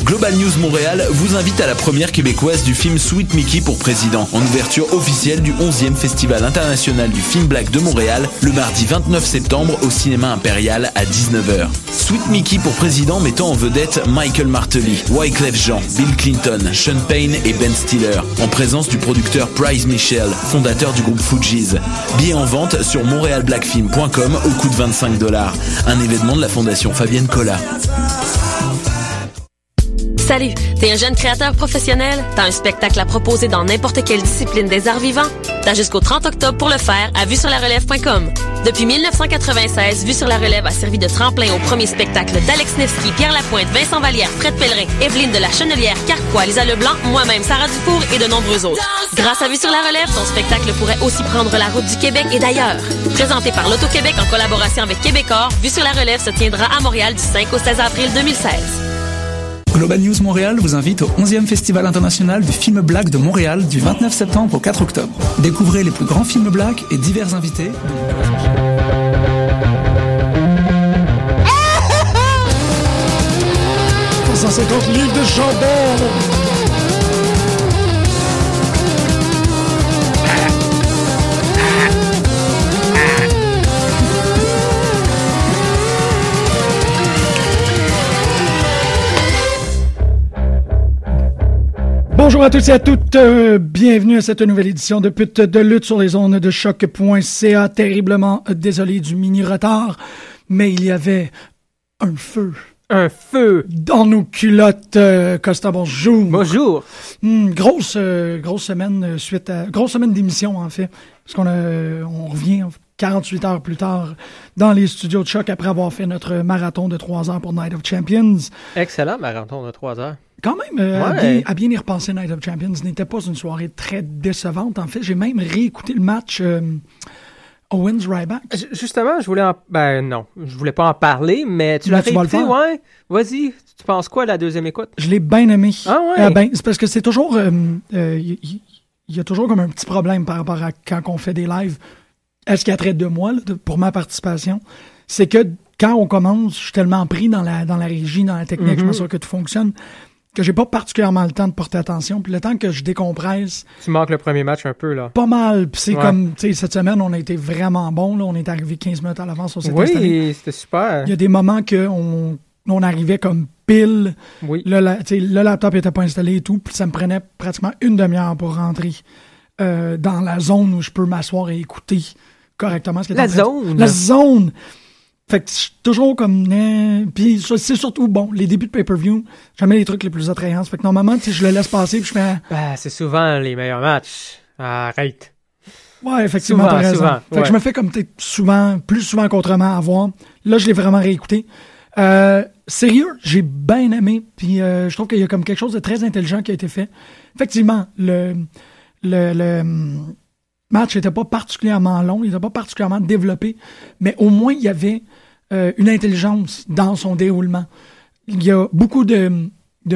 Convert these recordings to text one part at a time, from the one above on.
Global News Montréal vous invite à la première québécoise du film Sweet Mickey pour président, en ouverture officielle du 11e Festival international du film black de Montréal, le mardi 29 septembre au cinéma impérial à 19h. Sweet Mickey pour président mettant en vedette Michael Martelly, Wyclef Jean, Bill Clinton, Sean Payne et Ben Stiller, en présence du producteur Price Michel, fondateur du groupe Fugees. Billets en vente sur montrealblackfilm.com au coût de $25. Un événement de la Fondation Fabienne Collat. Salut, t'es un jeune créateur professionnel? T'as un spectacle à proposer dans n'importe quelle discipline des arts vivants? T'as jusqu'au 30 octobre pour le faire à vuesurlarelève.com. Depuis 1996, Vue sur la Relève a servi de tremplin au premier spectacle d'Alex Nevsky, Pierre Lapointe, Vincent Vallière, Fred Pellerin, Evelyne de la Chenelière, Carquois, Lisa Leblanc, moi-même, Sarah Dufour et de nombreux autres. Grâce à Vue sur la Relève, ton spectacle pourrait aussi prendre la route du Québec et d'ailleurs. Présenté par l'Auto-Québec en collaboration avec Québecor, Vue sur la Relève se tiendra à Montréal du 5 au 16 avril 2016. Global News Montréal vous invite au 11e Festival international du film black de Montréal du 29 septembre au 4 octobre. Découvrez les plus grands films black et divers invités. 150 livres de chandelle. Bonjour à tous et à toutes, bienvenue à cette nouvelle édition de Pute de lutte sur les ondes de choc.ca. Terriblement désolé du mini retard, mais il y avait un feu. Un feu dans nos culottes. Costa, bonjour. Bonjour. Grosse semaine grosse semaine d'émission en fait, parce on revient 48 heures plus tard dans les studios de Choc après avoir fait notre marathon de 3 heures pour Night of Champions. Excellent marathon de 3 heures. Quand même, à bien y repenser, Night of Champions n'était pas une soirée très décevante. En fait, j'ai même réécouté le match Owens-Ryback. Justement, je voulais pas en parler, mais tu l'as réécouté, ouais. Vas-y, tu penses quoi de la deuxième écoute? Je l'ai bien aimé. Ah ouais? C'est parce que c'est toujours... Il y a toujours comme un petit problème par rapport à quand on fait des lives. Est-ce qu'il y a trait de moi, là, pour ma participation? C'est que quand on commence, je suis tellement pris dans la régie, dans la technique, je m'assure que tout fonctionne, que j'ai pas particulièrement le temps de porter attention. Puis le temps que je décompresse... Tu manques le premier match un peu, là. Pas mal. Puis c'est comme, tu sais, cette semaine, on a été vraiment bon. Là. On est arrivé 15 minutes à l'avance. On s'est installé. Oui, c'était super. Il y a des moments qu'on arrivait comme pile. Oui. Le laptop était pas installé et tout. Puis ça me prenait pratiquement une demi-heure pour rentrer dans la zone où je peux m'asseoir et écouter correctement ce qui est La zone! La zone! Fait que je suis toujours comme... Puis c'est surtout, les débuts de pay-per-view, jamais les trucs les plus attrayants. Fait que normalement, je le laisse passer puis je fais... c'est souvent les meilleurs matchs. Arrête. Ouais, effectivement, t'as raison. Fait que je me fais comme peut-être plus souvent qu'autrement à voir. Là, je l'ai vraiment réécouté. Sérieux, j'ai bien aimé. Puis je trouve qu'il y a comme quelque chose de très intelligent qui a été fait. Effectivement, le match n'était pas particulièrement long, il n'était pas particulièrement développé, mais au moins, il y avait une intelligence dans son déroulement. Il y a beaucoup de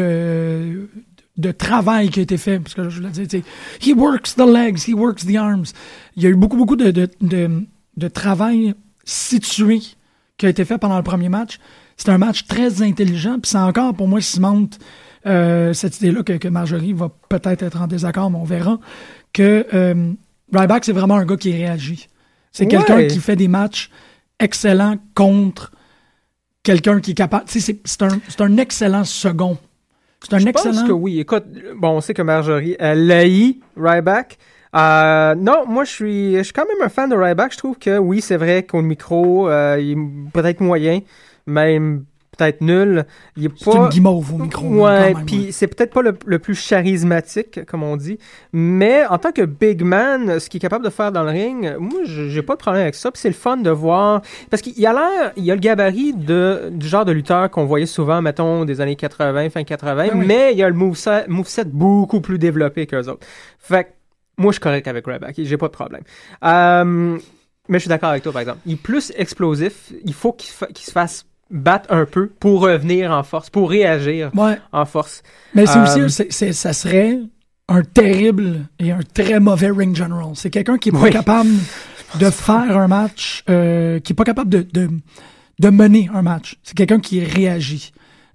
travail qui a été fait, parce que je voulais dire, he works the legs, he works the arms. Il y a eu beaucoup de travail situé qui a été fait pendant le premier match. C'est un match très intelligent, puis c'est encore, pour moi, cimente cette idée-là que Marjorie va peut-être être en désaccord, mais on verra, que Ryback, c'est vraiment un gars qui réagit. C'est quelqu'un qui fait des matchs excellents contre quelqu'un qui est capable... C'est un excellent second. Je pense que oui. Écoute, on sait que Marjorie, elle haït Ryback. Non, moi, je suis quand même un fan de Ryback. Je trouve que, oui, c'est vrai qu'au micro, il est peut-être moyen, même peut-être nul. C'est une guimauve au micro. Ouais, puis c'est peut-être pas le plus charismatique, comme on dit, mais en tant que big man, ce qu'il est capable de faire dans le ring, moi, j'ai pas de problème avec ça, puis c'est le fun de voir, parce qu'il a le gabarit du genre de lutteur qu'on voyait souvent, mettons, des années 80, fin 80, mais il y a le moveset beaucoup plus développé qu'eux autres. Fait que, moi, je suis correct avec Ryback, j'ai pas de problème. Mais je suis d'accord avec toi, par exemple. Il est plus explosif, il faut qu'il se fasse battre un peu pour revenir en force, pour réagir en force. Mais c'est aussi, ça serait un terrible et un très mauvais ring general. C'est quelqu'un qui est pas capable de faire un match, qui est pas capable de mener un match. C'est quelqu'un qui réagit.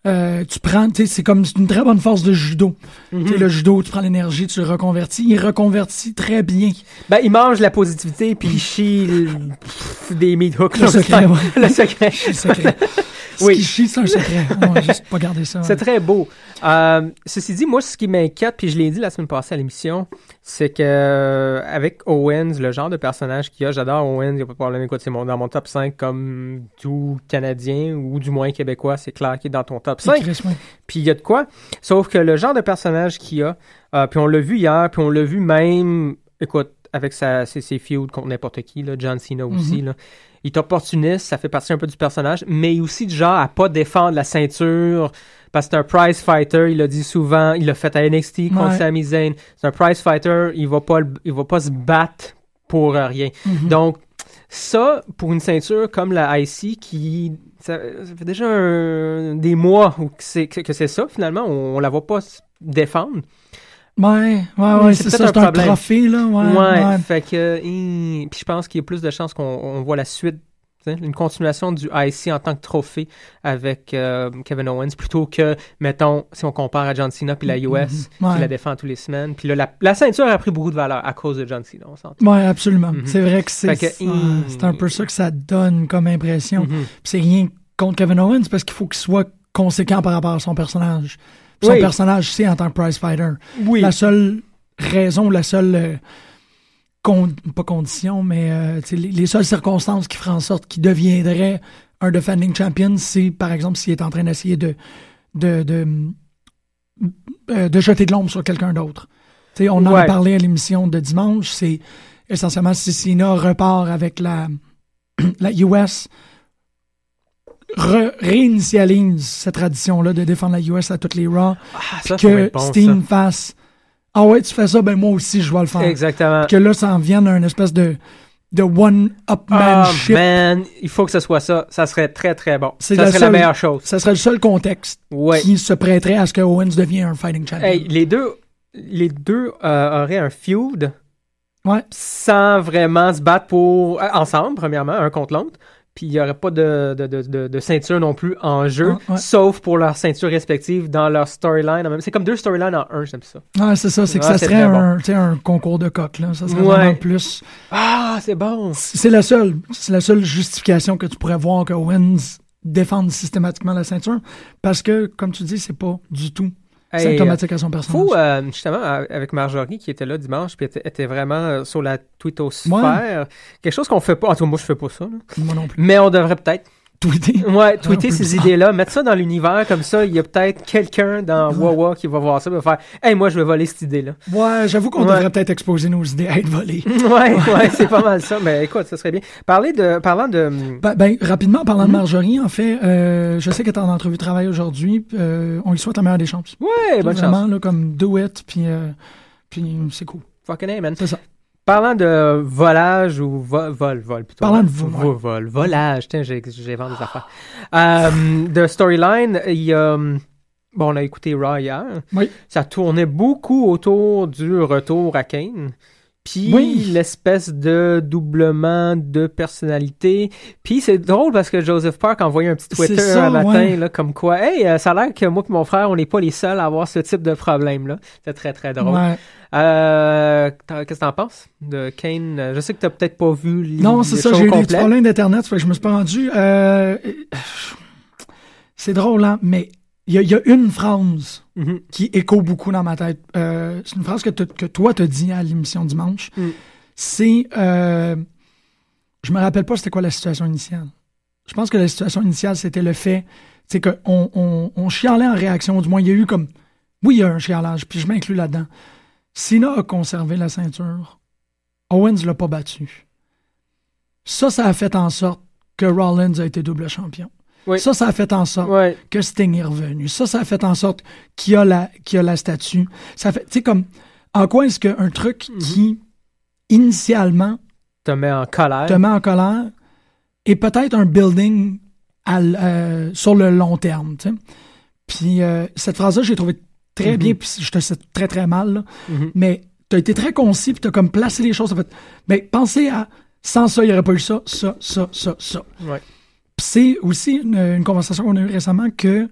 Tu prends, tu sais, c'est comme une très bonne force de judo. Tu sais, le judo, tu prends l'énergie, tu le reconvertis. Il reconvertit très bien. Ben, il mange la positivité, puis il chie des meat hooks. Le secret, ouais. Le secret. Le secret. Oui. Ce qui chie, c'est un secret. On va juste pas garder ça. C'est très beau. Ceci dit, moi, ce qui m'inquiète, puis je l'ai dit la semaine passée à l'émission, c'est que avec Owens, le genre de personnage qu'il y a, j'adore Owens, il n'y a pas de problème. Écoute, c'est dans mon top 5 comme tout Canadien, ou du moins Québécois, c'est clair qu'il est dans ton top 5. Puis il y a de quoi. Sauf que le genre de personnage qu'il y a, puis on l'a vu hier, puis on l'a vu même, écoute, avec ses feuds contre n'importe qui, là, John Cena aussi, là. Il est opportuniste, ça fait partie un peu du personnage, mais aussi du genre à pas défendre la ceinture, parce que c'est un prize fighter, il l'a dit souvent, il l'a fait à NXT contre Sami Zayn. C'est un prize fighter, il va pas se battre pour rien. Donc, ça, pour une ceinture comme la IC, ça fait déjà des mois que c'est ça, finalement, on la voit pas se défendre. Ouais, c'est ça, c'est un trophée, là. Ouais. Fait que, puis je pense qu'il y a plus de chances qu'on voit la suite, une continuation du IC en tant que trophée avec Kevin Owens, plutôt que, mettons, si on compare à John Cena puis la US, qui la défend tous les semaines. Puis là, la ceinture a pris beaucoup de valeur à cause de John Cena, on s'entend. Ouais, absolument. C'est vrai que c'est un peu ça que ça donne comme impression. Puis c'est rien contre Kevin Owens, parce qu'il faut qu'il soit conséquent par rapport à son personnage. Son personnage, c'est en tant que prize fighter. Oui. La seule raison, la seule pas condition, mais les seules circonstances qui feraient en sorte qu'il deviendrait un defending champion, c'est par exemple s'il est en train d'essayer de jeter de l'ombre sur quelqu'un d'autre. T'sais, on en a parlé à l'émission de dimanche, c'est essentiellement si Cena repart avec la US, réinitialise cette tradition-là de défendre la US à toutes les Raw, puis que Sting fasse « Ah ouais, tu fais ça, ben moi aussi, je vais le faire. » Exactement. Puis que là, ça en vienne à une espèce de one-upmanship. Il faut que ce soit ça. Ça serait très, très bon. Ça serait la meilleure chose. Ça serait le seul contexte qui se prêterait à ce que Owens devienne un fighting champion. Hey, les deux auraient un feud sans vraiment se battre ensemble, premièrement, un contre l'autre. Puis il n'y aurait pas de ceinture non plus en jeu, sauf pour leurs ceintures respectives dans leur storyline. C'est comme deux storylines en un, j'aime ça. Ah, c'est ça, c'est que ça serait un concours de coq, là. Ça serait vraiment plus... Ah, c'est bon! C'est la seule justification que tu pourrais voir que Owens défende systématiquement la ceinture, parce que, comme tu dis, c'est pas du tout symptomatique à son personnage. Faut, justement, avec Marjorie qui était là dimanche, puis était vraiment sur la twittosphère. Quelque chose qu'on fait pas. En tout cas, moi, je fais pas ça. Là. Moi non plus. Mais on devrait peut-être tweeter ces bizarre. idées-là, mettre ça dans l'univers, comme ça, il y a peut-être quelqu'un dans Wawa qui va voir ça et va faire « Hey, moi, je vais voler cette idée-là. » Ouais, j'avoue qu'on devrait peut-être exposer nos idées à être volées. ouais, c'est pas mal ça, mais écoute, ça serait bien. Parlant de... rapidement, en parlant de Marjorie, en fait, je sais qu'elle est en entrevue de travail aujourd'hui, on lui souhaite la meilleure des chances. Ouais, bonne chance. Vraiment, là, comme do it, puis c'est cool. Fucking hey, man. C'est ça. Parlant de volage ou vol plutôt. Parlant de volage, tiens, j'invente des affaires. De storyline, il y a... Bon, on a écouté Raw hier. Oui. Ça tournait beaucoup autour du retour à Kane. Puis l'espèce de doublement de personnalité. Puis c'est drôle parce que Joseph Park a envoyé un petit Twitter un matin, là, comme quoi, hey, ça a l'air que moi et mon frère, on n'est pas les seuls à avoir ce type de problème-là. C'est très, très drôle. Ouais. Qu'est-ce que t'en penses de Kane? Je sais que t'as peut-être pas vu les Non, c'est ça, j'ai eu des petits problèmes d'Internet, fait que je me suis pas rendu. C'est drôle, hein, mais il y a une phrase qui écho beaucoup dans ma tête. C'est une phrase que toi t'as dit à l'émission dimanche. C'est je me rappelle pas c'était quoi la situation initiale. Je pense que la situation initiale, c'était le fait, c'est qu'on chialait en réaction, du moins il y a eu comme il y a un chialage, puis je m'inclus là-dedans. Cena a conservé la ceinture. Owens l'a pas battu. Ça a fait en sorte que Rollins a été double champion. Oui. Ça a fait en sorte que Sting est revenu. Ça a fait en sorte qu'il y a la statue. Ça fait, tu sais, comme, en quoi est-ce qu'un truc qui, initialement, te met en colère est peut-être un building sur le long terme, tu sais. Puis, cette phrase-là, j'ai trouvé très bien, puis je te cite très, très mal, là, mais t'as été très concis, puis t'as comme placé les choses. Mais pensez à, sans ça, il n'y aurait pas eu ça. Ouais. Puis c'est aussi une conversation qu'on a eue récemment que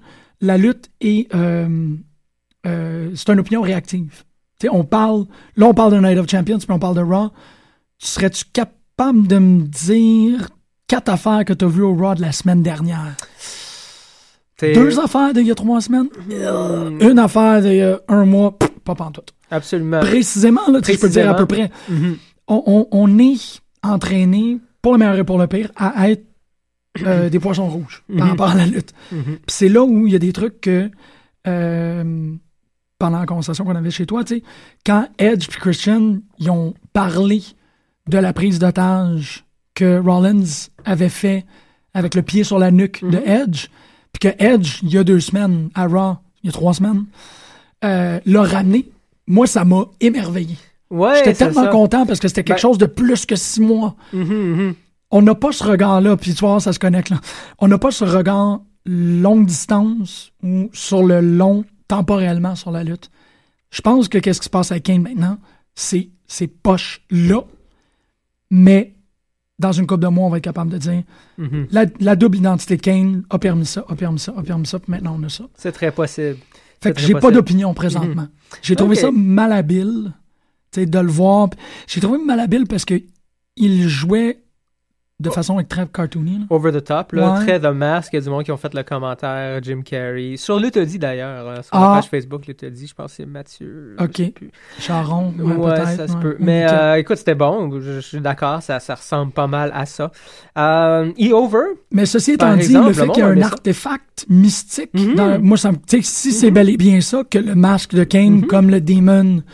la lutte est... c'est une opinion réactive. T'sais, on parle de Night of Champions, puis on parle de Raw. Serais-tu capable de me dire 4 affaires que tu as vues au Raw de la semaine dernière? 2 affaires d'il y a 3 semaines? Une affaire d'il y a 1 mois? Pas pantoute. Absolument. Précisément, là, je peux dire à peu près. Mm-hmm. On est entraîné, pour le meilleur et pour le pire, à être des poissons rouges par rapport à la lutte. Mm-hmm. Puis c'est là où il y a des trucs que... pendant la conversation qu'on avait chez toi, tu sais, quand Edge et Christian ils ont parlé de la prise d'otage que Rollins avait fait avec le pied sur la nuque de Edge, puis que Edge, il y a 2 semaines, à Raw, il y a 3 semaines, l'a ramené, moi, ça m'a émerveillé. Ouais, j'étais tellement content parce que c'était quelque chose de plus que 6 mois. On n'a pas ce regard-là, puis tu vois, ça se connecte là. On n'a pas ce regard longue distance ou sur le long temporellement sur la lutte. Je pense que qu'est-ce qui se passe avec Kane maintenant, c'est ces poches-là, mais dans une couple de mois, on va être capable de dire la double identité de Kane a permis ça, puis maintenant on a ça. C'est très possible. Fait que j'ai pas d'opinion présentement. J'ai trouvé ça malhabile, tu sais, de le voir. J'ai trouvé malhabile parce que il jouait de façon très cartoony. Là. Over the top, là, ouais. Très The Mask. Il y a du monde qui ont fait le commentaire, Jim Carrey. Sur Luttodi d'ailleurs, sur la page Facebook Luttodi, je pense que c'est Mathieu. OK. Charon, ouais, peut-être. Ça se peut. Mais écoute, c'était bon. Je suis d'accord, ça ressemble pas mal à ça. Over. Mais ceci étant dit, le fait qu'il y a un artefact mystique, moi, ça me si c'est bel et bien ça, que le masque de Kane, comme le démon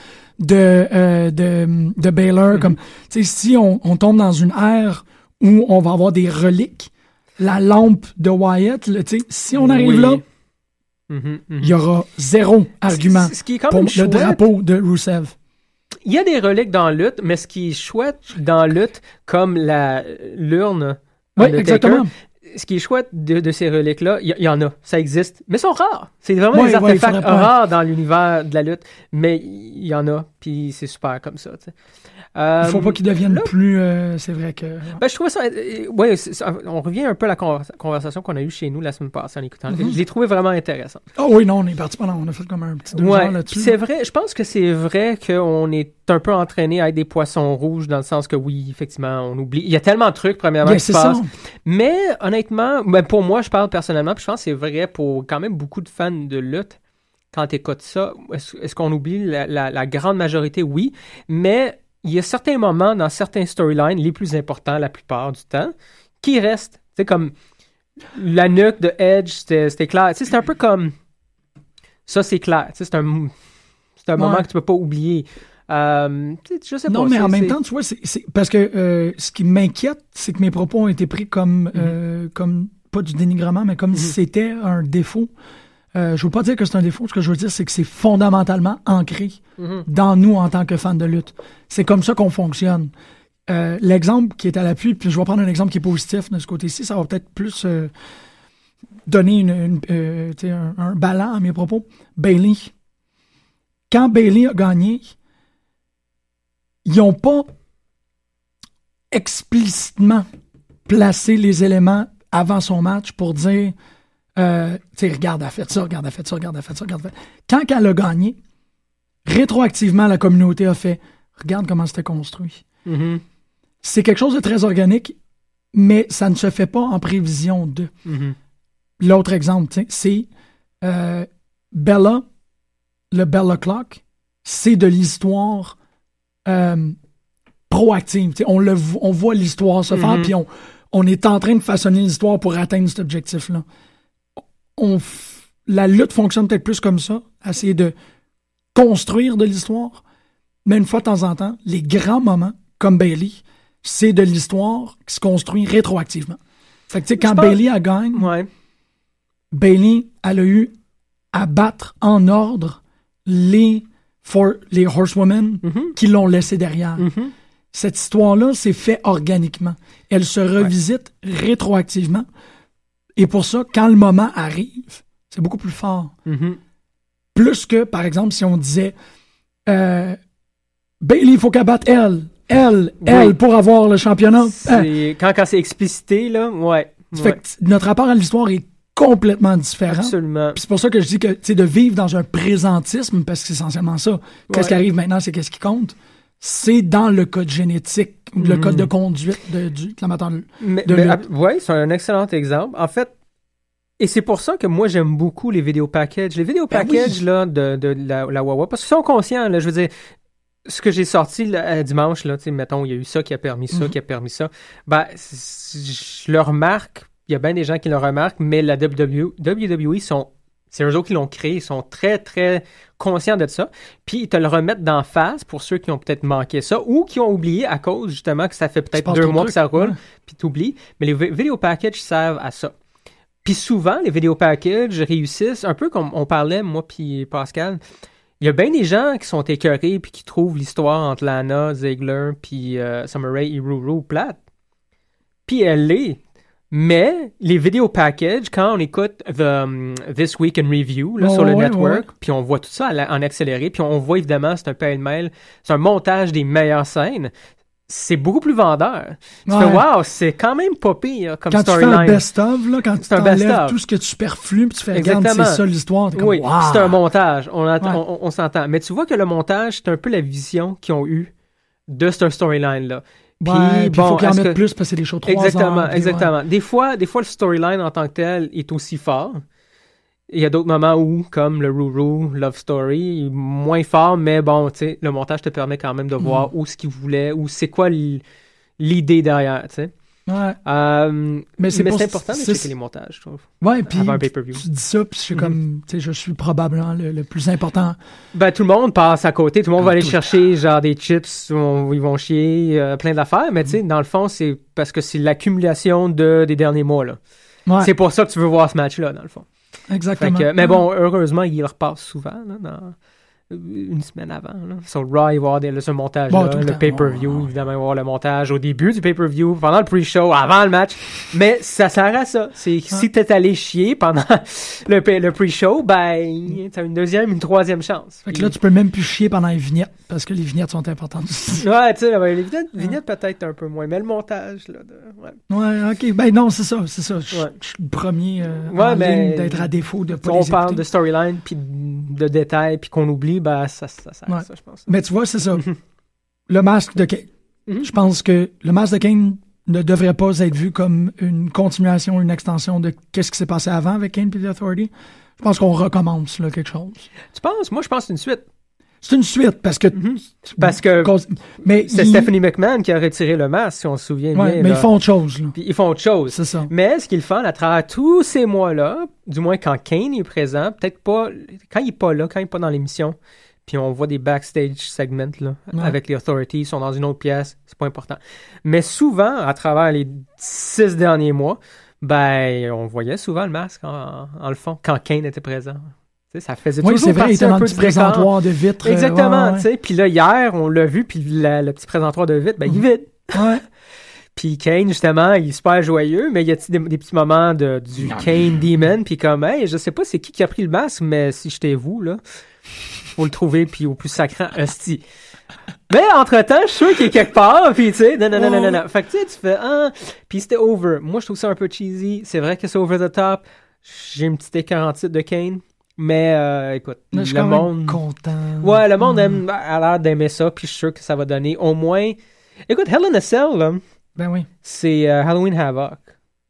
de Baylor, comme si on tombe dans une ère où on va avoir des reliques, la lampe de Wyatt, là, si on arrive là, il y aura 0 argument ce qui est quand pour même le chouette. drapeau de Rusev. Il y a des reliques dans Lutte, mais ce qui est chouette dans Lutte, comme l'urne, exactement. Ce qui est chouette de ces reliques-là, il y en a, ça existe, mais ils sont rares. C'est vraiment des artefacts rares dans l'univers de la lutte, mais il y en a, puis c'est super comme ça. T'sais. Il faut pas qu'ils deviennent plus... c'est vrai que... Ben, je trouvais ça... on revient un peu à la conversation qu'on a eue chez nous la semaine passée en écoutant. Je l'ai trouvé vraiment intéressant. Oh oui, non, on est parti pendant... On a fait comme un petit 2 heures là-dessus. C'est vrai, je pense que c'est vrai qu'on est un peu entraîné à être des poissons rouges dans le sens que oui, effectivement, on oublie. Il y a tellement de trucs, premièrement, qui se passent. Mais honnêtement, pour moi, je parle personnellement, puis je pense que c'est vrai pour quand même beaucoup de fans de lutte. Quand tu écoutes ça, est-ce qu'on oublie la grande majorité? Oui, mais... Il y a certains moments dans certains storylines, les plus importants la plupart du temps, qui restent. Tu sais, comme la nuque de Edge, c'était clair. Tu sais, c'est un peu comme... Ça, c'est clair. Tu sais, c'est un moment que tu peux pas oublier. Je sais pas. Non, mais en même temps, tu vois, c'est parce que ce qui m'inquiète, c'est que mes propos ont été pris comme pas du dénigrement, mais comme si c'était un défaut. Je veux pas dire que c'est un défaut. Ce que je veux dire, c'est que c'est fondamentalement ancré dans nous en tant que fans de lutte. C'est comme ça qu'on fonctionne. L'exemple qui est à l'appui, puis je vais prendre un exemple qui est positif de ce côté-ci, ça va peut-être plus donner un ballon à mes propos. Bayley. Quand Bayley a gagné, ils n'ont pas explicitement placé les éléments avant son match pour dire regarde, elle a fait ça, regarde, elle a fait ça, regarde, elle a fait ça, regarde, elle a fait ça. Quand elle a gagné, rétroactivement, la communauté a fait regarde comment c'était construit. C'est quelque chose de très organique, mais ça ne se fait pas en prévision de. L'autre exemple, c'est Bella, le Bella Clock, c'est de l'histoire proactive. On voit l'histoire se faire, puis on est en train de façonner l'histoire pour atteindre cet objectif-là. La lutte fonctionne peut-être plus comme ça, essayer de construire de l'histoire, mais une fois de temps en temps, les grands moments, comme Bayley, c'est de l'histoire qui se construit rétroactivement. Fait que tu sais, quand Bayley a gagné, Bayley, elle a eu à battre en ordre les Horsewomen qui l'ont laissé derrière. Cette histoire-là s'est fait organiquement. Elle se revisite rétroactivement. Et pour ça, quand le moment arrive, c'est beaucoup plus fort. Plus que, par exemple, si on disait Bayley, il faut qu'elle batte elle, pour avoir le championnat. Quand c'est explicité, là, Fait que notre rapport à l'histoire est complètement différent. Absolument. Puis c'est pour ça que je dis que, tu sais, de vivre dans un présentisme, parce que c'est essentiellement ça. Qu'est-ce qui arrive maintenant, c'est qu'est-ce qui compte. C'est dans le code génétique, le code de conduite de l'amateur de lutte. Oui, c'est un excellent exemple. En fait, et c'est pour ça que moi, j'aime beaucoup les vidéos packages. Les vidéos packages là, de la Wawa, parce qu'ils sont conscients, là, je veux dire, ce que j'ai sorti là, dimanche, là, mettons, il y a eu ça qui a permis ça, qui a permis ça. Ben, je le remarque, il y a bien des gens qui le remarquent, mais la WWE, c'est eux autres qui l'ont créé, ils sont très, très conscients de ça. Puis ils te le remettent d'en face pour ceux qui ont peut-être manqué ça ou qui ont oublié à cause, justement, que ça fait peut-être 2 mois que ça roule, puis t'oublies. Mais les vidéos packages servent à ça. Puis souvent, les vidéos packages réussissent, un peu comme on parlait, moi puis Pascal. Il y a bien des gens qui sont écœurés puis qui trouvent l'histoire entre Lana, Ziggler puis Summer Rae et Ruru plate. Puis elle l'est. Mais les vidéos packages, quand on écoute This Week in Review là, sur le network, puis on voit tout ça en accéléré, puis on voit évidemment, c'est un pêle-mêle, c'est un montage des meilleures scènes. C'est beaucoup plus vendeur. Tu fais, wow, c'est quand même pas pire comme storyline. Quand tu fais un best-of, là, quand tu enlèves tout ce que tu superflues, puis tu fais, regarde, c'est ça l'histoire. Oui, wow. C'est un montage. On s'entend. Mais tu vois que le montage, c'est un peu la vision qu'ils ont eue de cette storyline-là. Puis il faut qu'ils en mettent plus parce que c'est des shows 3 heures. Exactement. Des fois, le storyline en tant que tel est aussi fort. Il y a d'autres moments où, comme le Ruru Love Story, moins fort, mais bon, tu sais, le montage te permet quand même de voir où ce qu'il voulait, ou c'est quoi l'idée derrière, tu sais. Ouais. Mais c'est important de checker les montages, je trouve. Ouais, puis avant un pay-per-view. Tu dis ça, puis je suis comme, tu sais, je suis probablement le plus important. Ben, tout le monde passe à côté, tout le monde va aller chercher, genre, des chips où ils vont chier, plein d'affaires, mais tu sais, dans le fond, c'est parce que c'est l'accumulation des derniers mois, là. Ouais. C'est pour ça que tu veux voir ce match-là, dans le fond. Exactement. Mais bon, heureusement, il repasse souvent, là, dans une semaine avant. Là. Sur Raw, il va y avoir ce montage-là, le pay-per-view, évidemment, il va y avoir le montage au début du pay-per-view, pendant le pre-show, avant le match. Mais ça sert à ça. C'est si t'es allé chier pendant le pre-show, ben, t'as une deuxième, une troisième chance. Fait que là, tu peux même plus chier pendant les vignettes, parce que les vignettes sont importantes aussi. Ouais, tu sais, les vignettes peut-être un peu moins, mais le montage, là, ouais, ok. Ben non, c'est ça. Je suis le premier en ligne d'être à défaut de pas les écouter. On parle de storyline, puis de détails, puis qu'on oublie, ben ça sert à ça, je pense. Mais tu vois, c'est ça. Le masque de Kane. Je pense que le masque de Kane ne devrait pas être vu comme une continuation, une extension de qu'est-ce qui s'est passé avant avec Kane et The Authority. Je pense qu'on recommence là quelque chose. Tu penses? Moi, je pense que c'est une suite. C'est une suite, parce que... Mais c'est Stephanie McMahon qui a retiré le masque, si on se souvient bien. Mais là. Ils font autre chose. Là. Puis ils font autre chose. C'est ça. Mais ce qu'ils font à travers tous ces mois-là, du moins quand Kane est présent, peut-être pas... Quand il n'est pas là, quand il n'est pas dans l'émission, puis on voit des backstage segments là, avec les Authorities, ils sont dans une autre pièce, c'est pas important. Mais souvent, à travers les 6 derniers mois, ben, on voyait souvent le masque en le fond, quand Kane était présent. T'sais, ça faisait toujours c'est vrai, partie il était un dans peu le petit présentoir de vitre. Exactement, tu sais. Puis là, hier, on l'a vu, puis le petit présentoir de vitre, ben, il est vide. Ouais. Puis Kane, justement, il est super joyeux, mais il y a des petits moments du Kane Demon, puis comme, hey, je sais pas c'est qui a pris le masque, mais si j'étais vous, là, faut le trouver, puis au plus sacrant, hostie. Mais entre-temps, je suis sûr qu'il est quelque part, puis tu sais, non. Fait que tu sais, tu fais, puis c'était over. Moi, je trouve ça un peu cheesy. C'est vrai que c'est over the top. J'ai une petite écart en titre de Kane. Mais écoute, je suis quand même content. Ouais, le monde a l'air d'aimer ça, puis je suis sûr que ça va donner au moins... Écoute, Hell in a Cell, là, ben oui. C'est Halloween Havoc.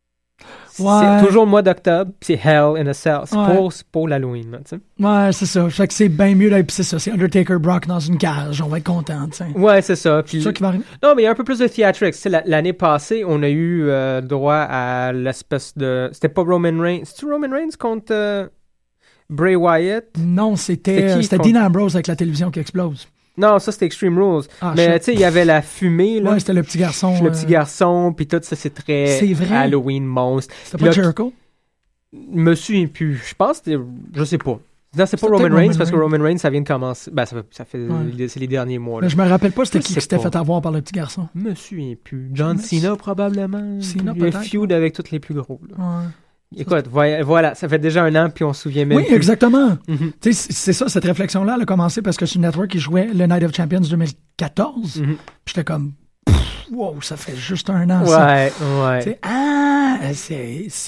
Ouais. C'est toujours le mois d'octobre, puis c'est Hell in a Cell. C'est pour l'Halloween, tu sais. Ouais, c'est ça. Fait que c'est bien mieux, là, puis c'est ça. C'est Undertaker Brock dans une cage. On va être content, tu sais. Ouais, c'est ça. C'est ça qui va arriver. Non, mais il y a un peu plus de theatrics. L'année passée, on a eu droit à l'espèce de... C'était pas Roman Reigns. C'était Roman Reigns contre... Bray Wyatt? Non, c'était Dean Ambrose avec la télévision qui explose. Non, ça, c'était Extreme Rules. Mais tu sais, il y avait la fumée, là. Ouais, c'était le petit garçon. Le petit garçon, puis tout ça, c'est très Halloween monstre. C'était pas Jericho? Je me souviens plus. Je pense que c'était... Je sais pas. Non, c'est pas Roman Reigns, parce que Roman Reigns, ça vient de commencer. Ben, ça fait c'est les derniers mois. Là. Mais je me rappelle pas c'était qui s'était fait avoir par le petit garçon. Je me souviens plus. John Cena, probablement. Cena, il a feud avec tous les plus gros, là. Ouais. Écoute, voilà, ça fait déjà 1 an, puis on se souvient même plus. Oui, exactement. Tu sais, c'est ça, cette réflexion-là, elle a commencé parce que sur Network, ils jouaient le Night of Champions 2014. Puis j'étais comme, wow, ça fait juste 1 an, ça. Ouais. Tu sais, c'est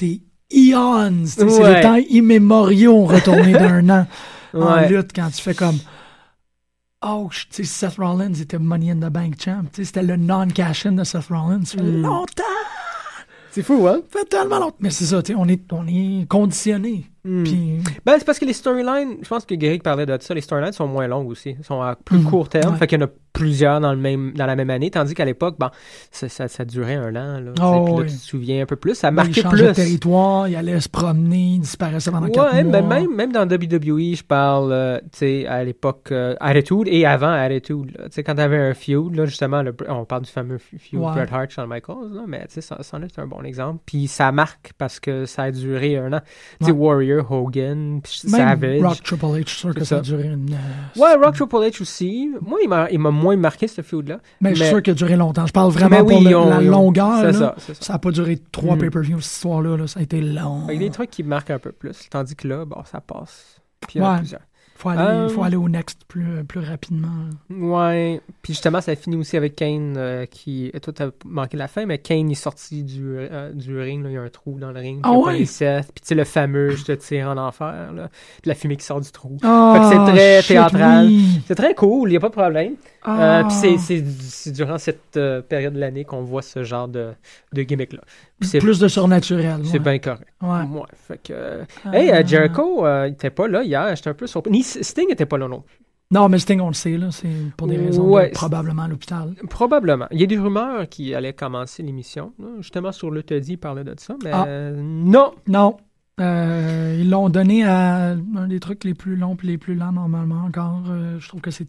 eons. C'est les temps immémoriaux retournés d'un an en lutte quand tu fais comme oh, tu sais, Seth Rollins était Money in the Bank champ. Tu sais, c'était le non-cash-in de Seth Rollins. Ça fait longtemps. C'est fou, hein? Ça fait tellement longtemps. Mais c'est ça, tu sais, on est conditionné. Puis... Ben, c'est parce que les storylines, je pense que Greg parlait de ça, les storylines sont moins longues aussi. Ils sont à plus court terme. Fait qu'il y en a plusieurs dans la même année. Tandis qu'à l'époque, bon, ça durait un an. Là. Puis là, tu te souviens un peu plus. Ça marquait plus. Il changeait de territoire, il allait se promener, il disparaissait pendant 4 mois. Mais même dans WWE, je parle, tu sais, à l'époque Attitude et avant Attitude. Tu sais, quand t'avais un feud, là, justement, on parle du fameux feud Bret Hart, Shawn Michaels, là, mais tu sais, ça en est un bon exemple. Puis ça marque parce que ça a duré un an. Tu sais, Warrior, Hogan, puis Savage. Rock Triple H, je suis sûr que ça a duré une... Rock Triple H aussi. Moi, il m'a moins marqué, ce feud-là. Mais je suis sûr qu'il a duré longtemps. Je parle vraiment pour la longueur. Ça n'a pas duré 3 pay-per-views, cette histoire-là. Là. Ça a été long. Il y a des trucs qui marquent un peu plus. Tandis que là, bon, ça passe. Puis il y en a plusieurs. Il faut aller au next plus rapidement. Ouais. Puis justement, ça finit aussi avec Kane qui... Toi, t'as manqué la fin, mais Kane est sorti du ring. Là. Il y a un trou dans le ring. Puis tu sais, le fameux « je te tire en enfer ». Puis la fumée qui sort du trou. Fait que c'est très théâtral. Oui. C'est très cool, il n'y a pas de problème. Puis c'est durant cette période de l'année qu'on voit ce genre de gimmick-là. Plus de surnaturel. C'est bien correct. Ouais. Fait que... Jericho, il était pas là hier. J'étais un peu surpris. Sting n'était pas là non plus. Non, mais Sting, on le sait, là. C'est pour des raisons probablement à l'hôpital. Probablement. Il y a des rumeurs qui allaient commencer l'émission. Là. Justement, sur le Teddy, il parlait de ça, mais non. Non. Ils l'ont donné à un des trucs les plus longs et les plus lents, normalement, encore. Je trouve que c'est...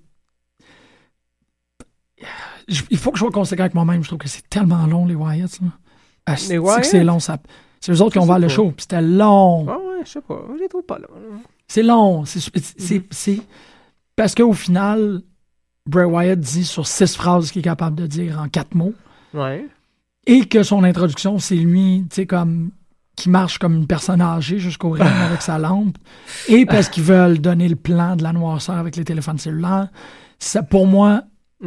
Il faut que je sois conséquent avec moi-même. Je trouve que c'est tellement long, les Wyatt, là. C'est que c'est long, ça. C'est eux autres qui ont ouvert le show, puis c'était long. Ah ouais, je sais pas. Je les trouve pas longs. C'est long. C'est parce qu'au final, Bray Wyatt dit sur 6 phrases qu'il est capable de dire en 4 mots. Ouais. Et que son introduction, c'est lui, tu sais, comme qui marche comme une personne âgée jusqu'au ring avec sa lampe. Et parce qu'ils veulent donner le plan de la noirceur avec les téléphones cellulaires. Ça, pour moi,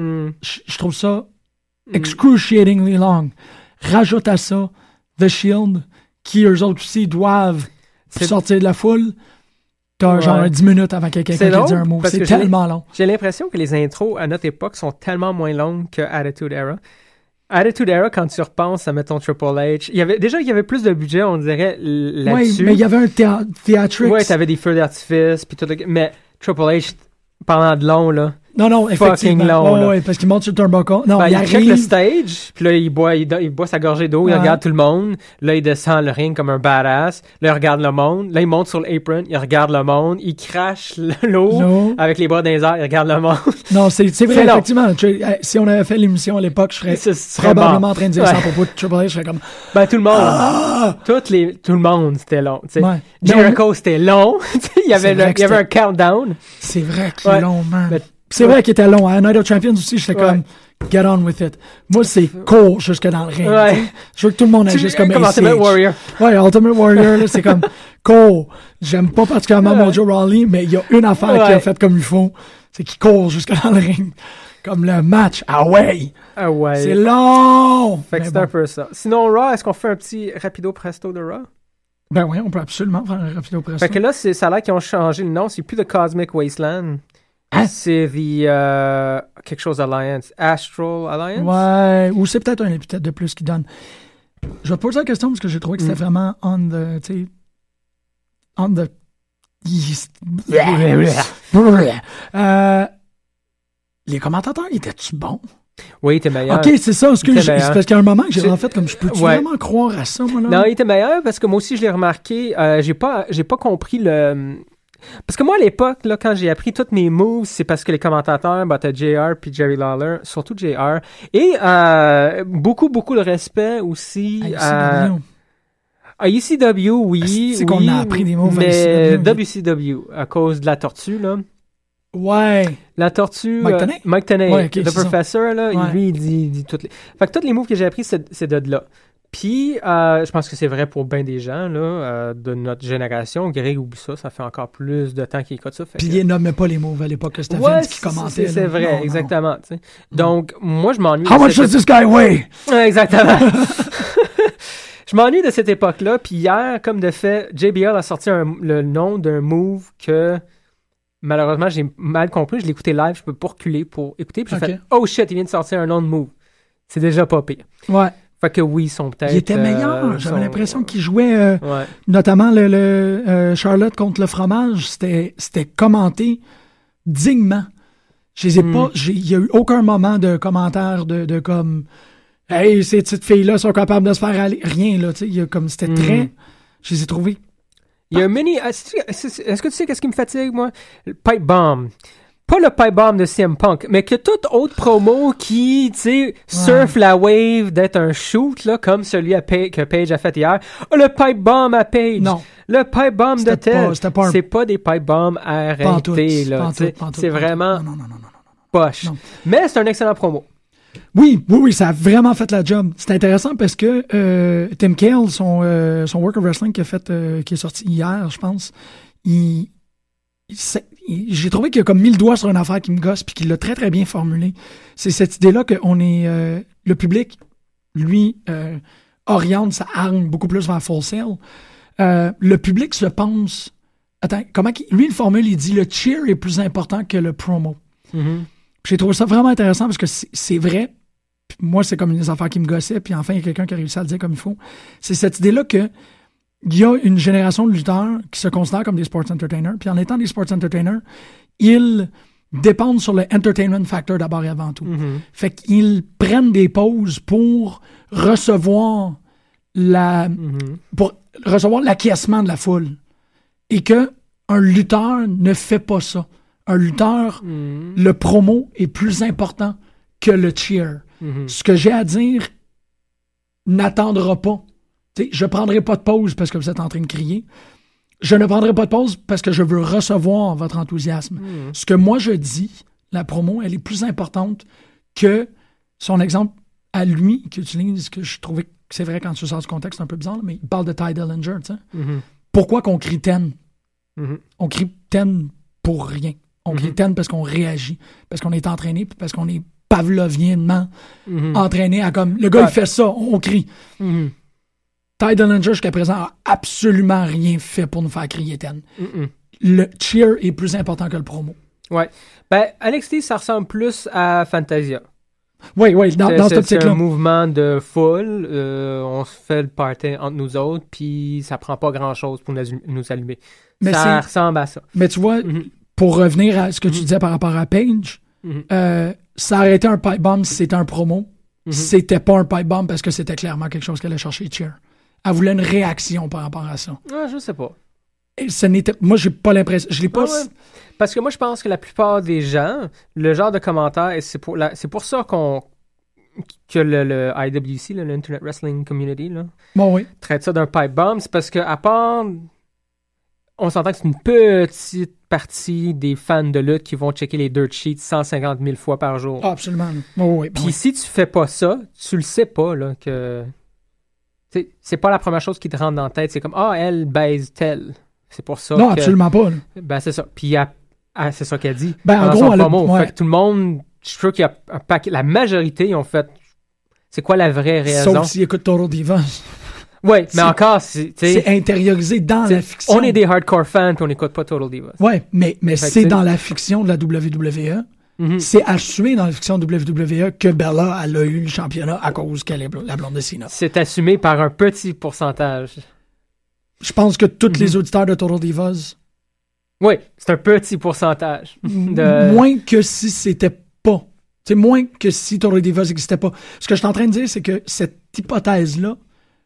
je trouve ça excruciatingly long. Rajoute à ça The Shield, qui eux autres aussi doivent sortir de la foule. T'as genre 10 minutes avant que quelqu'un ait dit un mot. C'est tellement long. J'ai l'impression que les intros à notre époque sont tellement moins longues que Attitude Era. Attitude Era, quand tu repenses à, mettons, Triple H, il y avait plus de budget, on dirait, là-dessus. Oui, mais il y avait un theatrics. Oui, t'avais des feux d'artifice, puis tout le... Mais Triple H, pendant de long, là... Non, effectivement. Oui, parce qu'il monte sur le turnbuckle. Non, il check le stage, puis là, il boit sa gorgée d'eau, il regarde tout le monde. Là, il descend le ring comme un badass. Là, il regarde le monde. Là, il monte sur l'apron, il regarde le monde. Il crache l'eau avec les bras dans les airs, il regarde le monde. Non, c'est vrai, effectivement. Si on avait fait l'émission à l'époque, je serais probablement en train de dire ça à propos de Triple H. Je serais comme... tout le monde. Tout le monde, c'était long. Jericho, c'était long. il y avait un countdown. C'est vrai qu'il est long, man. C'est vrai qu'il était long. À Night of Champions aussi, j'étais comme, get on with it. Moi, c'est court jusque dans le ring. Je veux que tout le monde agisse comme Ultimate Warrior. Ouais, Ultimate Warrior, là, c'est comme court. J'aime pas particulièrement Mojo Rawley, mais il y a une affaire qu'il a faite comme il faut. C'est qu'il court jusque dans le ring. Comme le match. Ah ouais! C'est long! Fait que c'est un peu ça. Sinon, Raw, est-ce qu'on fait un petit rapido presto de Raw? Ben oui, on peut absolument faire un rapido presto. Fait que là, ça a l'air qu'ils ont changé le nom. C'est plus The Cosmic Wasteland. C'est quelque chose Alliance. Astral Alliance? Ouais, ou c'est peut-être un épithète de plus qui donne. Je vais te poser la question parce que j'ai trouvé que c'était vraiment on the les commentateurs, étaient-tu bons? Oui, il était meilleur. Ok, c'est ça. C'est parce qu'il y a un moment que j'ai en fait comme je peux-tu vraiment croire à ça, moi là? Non, il était meilleur parce que moi aussi je l'ai remarqué. J'ai pas compris le... Parce que moi, à l'époque, là, quand j'ai appris tous mes moves, c'est parce que les commentateurs, t'as JR puis Jerry Lawler, surtout JR. Et beaucoup de respect aussi à ECW, oui. C'est qu'on a appris des moves mais WCW, à cause de la tortue, là. Ouais. La tortue... Mike Tenay. Ouais, okay, The Professor, là, lui, il dit toutes les... Fait que tous les moves que j'ai appris, c'est de là. Puis, je pense que c'est vrai pour bien des gens là, de notre génération. Greg oublie ça, ça fait encore plus de temps qu'il écoute ça. Puis il nommait pas les moves à l'époque que c'était Vince qui commentait. C'est vrai, exactement. Tu sais. Donc, moi, je m'ennuie. How much does this guy weigh? Exactement. Je m'ennuie de cette époque-là. Puis hier, comme de fait, JBL a sorti le nom d'un move que malheureusement j'ai mal compris. Je l'ai écouté live, je peux pas reculer pour écouter. Puis j'ai fait oh shit, il vient de sortir un nom de move. C'est déjà pas pire. Ouais. Fait que oui, ils sont peut-être... Il était meilleur. J'avais l'impression qu'il jouait, notamment le Charlotte contre le fromage, c'était commenté dignement. Je les ai pas... Il y a eu aucun moment de commentaire de comme... Hey, ces petites filles-là sont capables de se faire aller. Rien, là, tu sais. Il y a comme... C'était très... Je les ai trouvés... Il y a un mini... Est-ce que tu sais qu'est-ce qui me fatigue, moi? Le pipe bomb. Pas le pipe bomb de CM Punk, mais que toute autre promo qui, tu sais, surfe la wave d'être un shoot, là, comme celui que Paige a fait hier. Oh, le pipe bomb à Paige. Non. Le pipe bomb de tel. C'est pas des pipe bombs à arrêter, là. C'est vraiment poche. Non. Mais c'est un excellent promo. Oui, ça a vraiment fait la job. C'est intéressant parce que Tim Cale, son Work of Wrestling qui est sorti hier, je pense, j'ai trouvé qu'il a comme mis le doigt sur une affaire qui me gosse puis qu'il l'a très très bien formulé. C'est cette idée-là qu'on est le public, lui, oriente sa arme beaucoup plus vers Full Sail. Le public se pense... Attends, lui, il formule, il dit le cheer est plus important que le promo. Mm-hmm. J'ai trouvé ça vraiment intéressant parce que c'est vrai. Puis moi, c'est comme une des affaires qui me gossait. Puis enfin, il y a quelqu'un qui a réussi à le dire comme il faut. C'est cette idée-là que il y a une génération de lutteurs qui se considèrent comme des sports entertainers. Puis en étant des sports entertainers, ils dépendent sur le entertainment factor d'abord et avant tout. Mm-hmm. Fait qu'ils prennent des pauses pour recevoir l'acquiescement de la foule. Et que un lutteur ne fait pas ça. Un lutteur, le promo est plus important que le cheer. Mm-hmm. Ce que j'ai à dire n'attendra pas. T'sais, je ne prendrai pas de pause parce que vous êtes en train de crier. Je ne prendrai pas de pause parce que je veux recevoir votre enthousiasme. Ce que moi je dis, la promo, elle est plus importante que son exemple à lui, qu'il utilise, que je trouvais que c'est vrai quand tu sors du contexte, c'est un peu bizarre, mais il parle de Ty Dillinger. Mm-hmm. Pourquoi qu'on crie 10? Mm-hmm. On crie 10 pour rien. On crie 10 parce qu'on réagit, parce qu'on est entraîné, puis parce qu'on est pavloviennement entraîné à comme... Le gars, il fait ça, on crie. Mm-hmm. Ty Dillinger, jusqu'à présent, a absolument rien fait pour nous faire crier 10. Mm-mm. Le cheer est plus important que le promo. Ouais. Ben, NXT, ça ressemble plus à Fantasia. Oui, dans cette optique-là. C'est un mouvement de foule. On se fait le party entre nous autres, puis ça prend pas grand-chose pour nous allumer. Mais ça ressemble à ça. Mais tu vois, pour revenir à ce que tu disais par rapport à Paige, ça aurait été un pipe bomb si c'était un promo. C'était pas un pipe bomb parce que c'était clairement quelque chose qu'elle allait chercher cheer. Elle voulait une réaction par rapport à ça. Ah, je sais pas. Et moi, j'ai pas l'impression... Je l'ai pas... Ah ouais. Parce que moi, je pense que la plupart des gens, le genre de commentaires, et c'est pour ça que le IWC, là, l'Internet Wrestling Community, là, traite ça d'un pipe bomb, c'est parce que à part... On s'entend que c'est une petite partie des fans de lutte qui vont checker les dirt sheets 150 000 fois par jour. Ah, absolument. Puis si tu fais pas ça, tu le sais pas, là, que... c'est pas la première chose qui te rentre dans la tête. C'est comme, elle baise telle. C'est pour ça non, absolument pas. Là. Ben, c'est ça. Puis c'est ça qu'elle dit. Ben, en gros, Fait que tout le monde, je suis sûr qu'il y a un paquet... La majorité, ils ont fait... C'est quoi la vraie raison? Sauf s'ils écoutent Total Divas. Oui, mais encore, c'est intériorisé dans la fiction. On est des hardcore fans puis on n'écoute pas Total Divas. Oui, mais c'est dans la fiction de la WWE. C'est assumé dans la fiction de WWE que Bella, elle a eu le championnat à cause qu'elle est la blonde de Cena. C'est assumé par un petit pourcentage. Je pense que tous les auditeurs de Total Divas... Oui, c'est un petit pourcentage. Moins que si c'était pas. C'est moins que si Total Divas n'existait pas. Ce que je suis en train de dire, c'est que cette hypothèse-là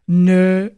ne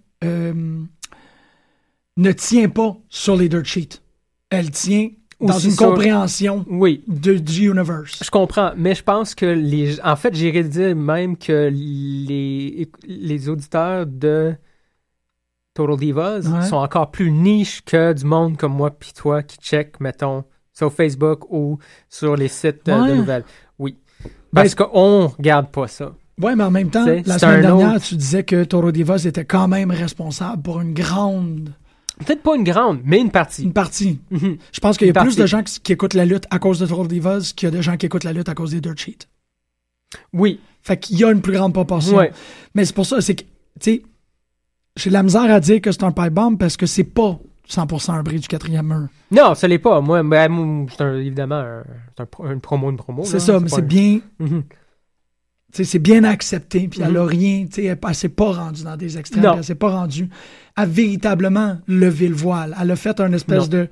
tient pas sur les dirt sheets. Elle tient dans une compréhension du universe. Je comprends, mais je pense que en fait, j'irais dire même que les auditeurs de Total Divas sont encore plus niches que du monde comme moi pis toi qui check, mettons, sur Facebook ou sur les sites de nouvelles. Oui. Parce qu'on regarde pas ça. Oui, mais en même temps, la semaine dernière, tu disais que Total Divas était quand même responsable pour une grande... Peut-être pas une grande, mais une partie. Une partie. Mm-hmm. Je pense qu'il y a plus de gens qui écoutent la lutte à cause de Total Divas qu'il y a de gens qui écoutent la lutte à cause des dirt sheets. Oui. Fait qu'il y a une plus grande proportion. Ouais. Mais c'est pour ça, c'est que, tu sais, j'ai de la misère à dire que c'est un pipe bomb parce que c'est pas 100% un bris du 4e mur. Non, ça l'est pas. Moi, c'est évidemment une promo. C'est là. ça, mais c'est bien... Mhm. T'sais, c'est bien accepté, puis elle a rien, elle s'est pas rendue dans des extrêmes, Non. elle s'est pas rendue à véritablement lever le voile. Elle a fait un espèce de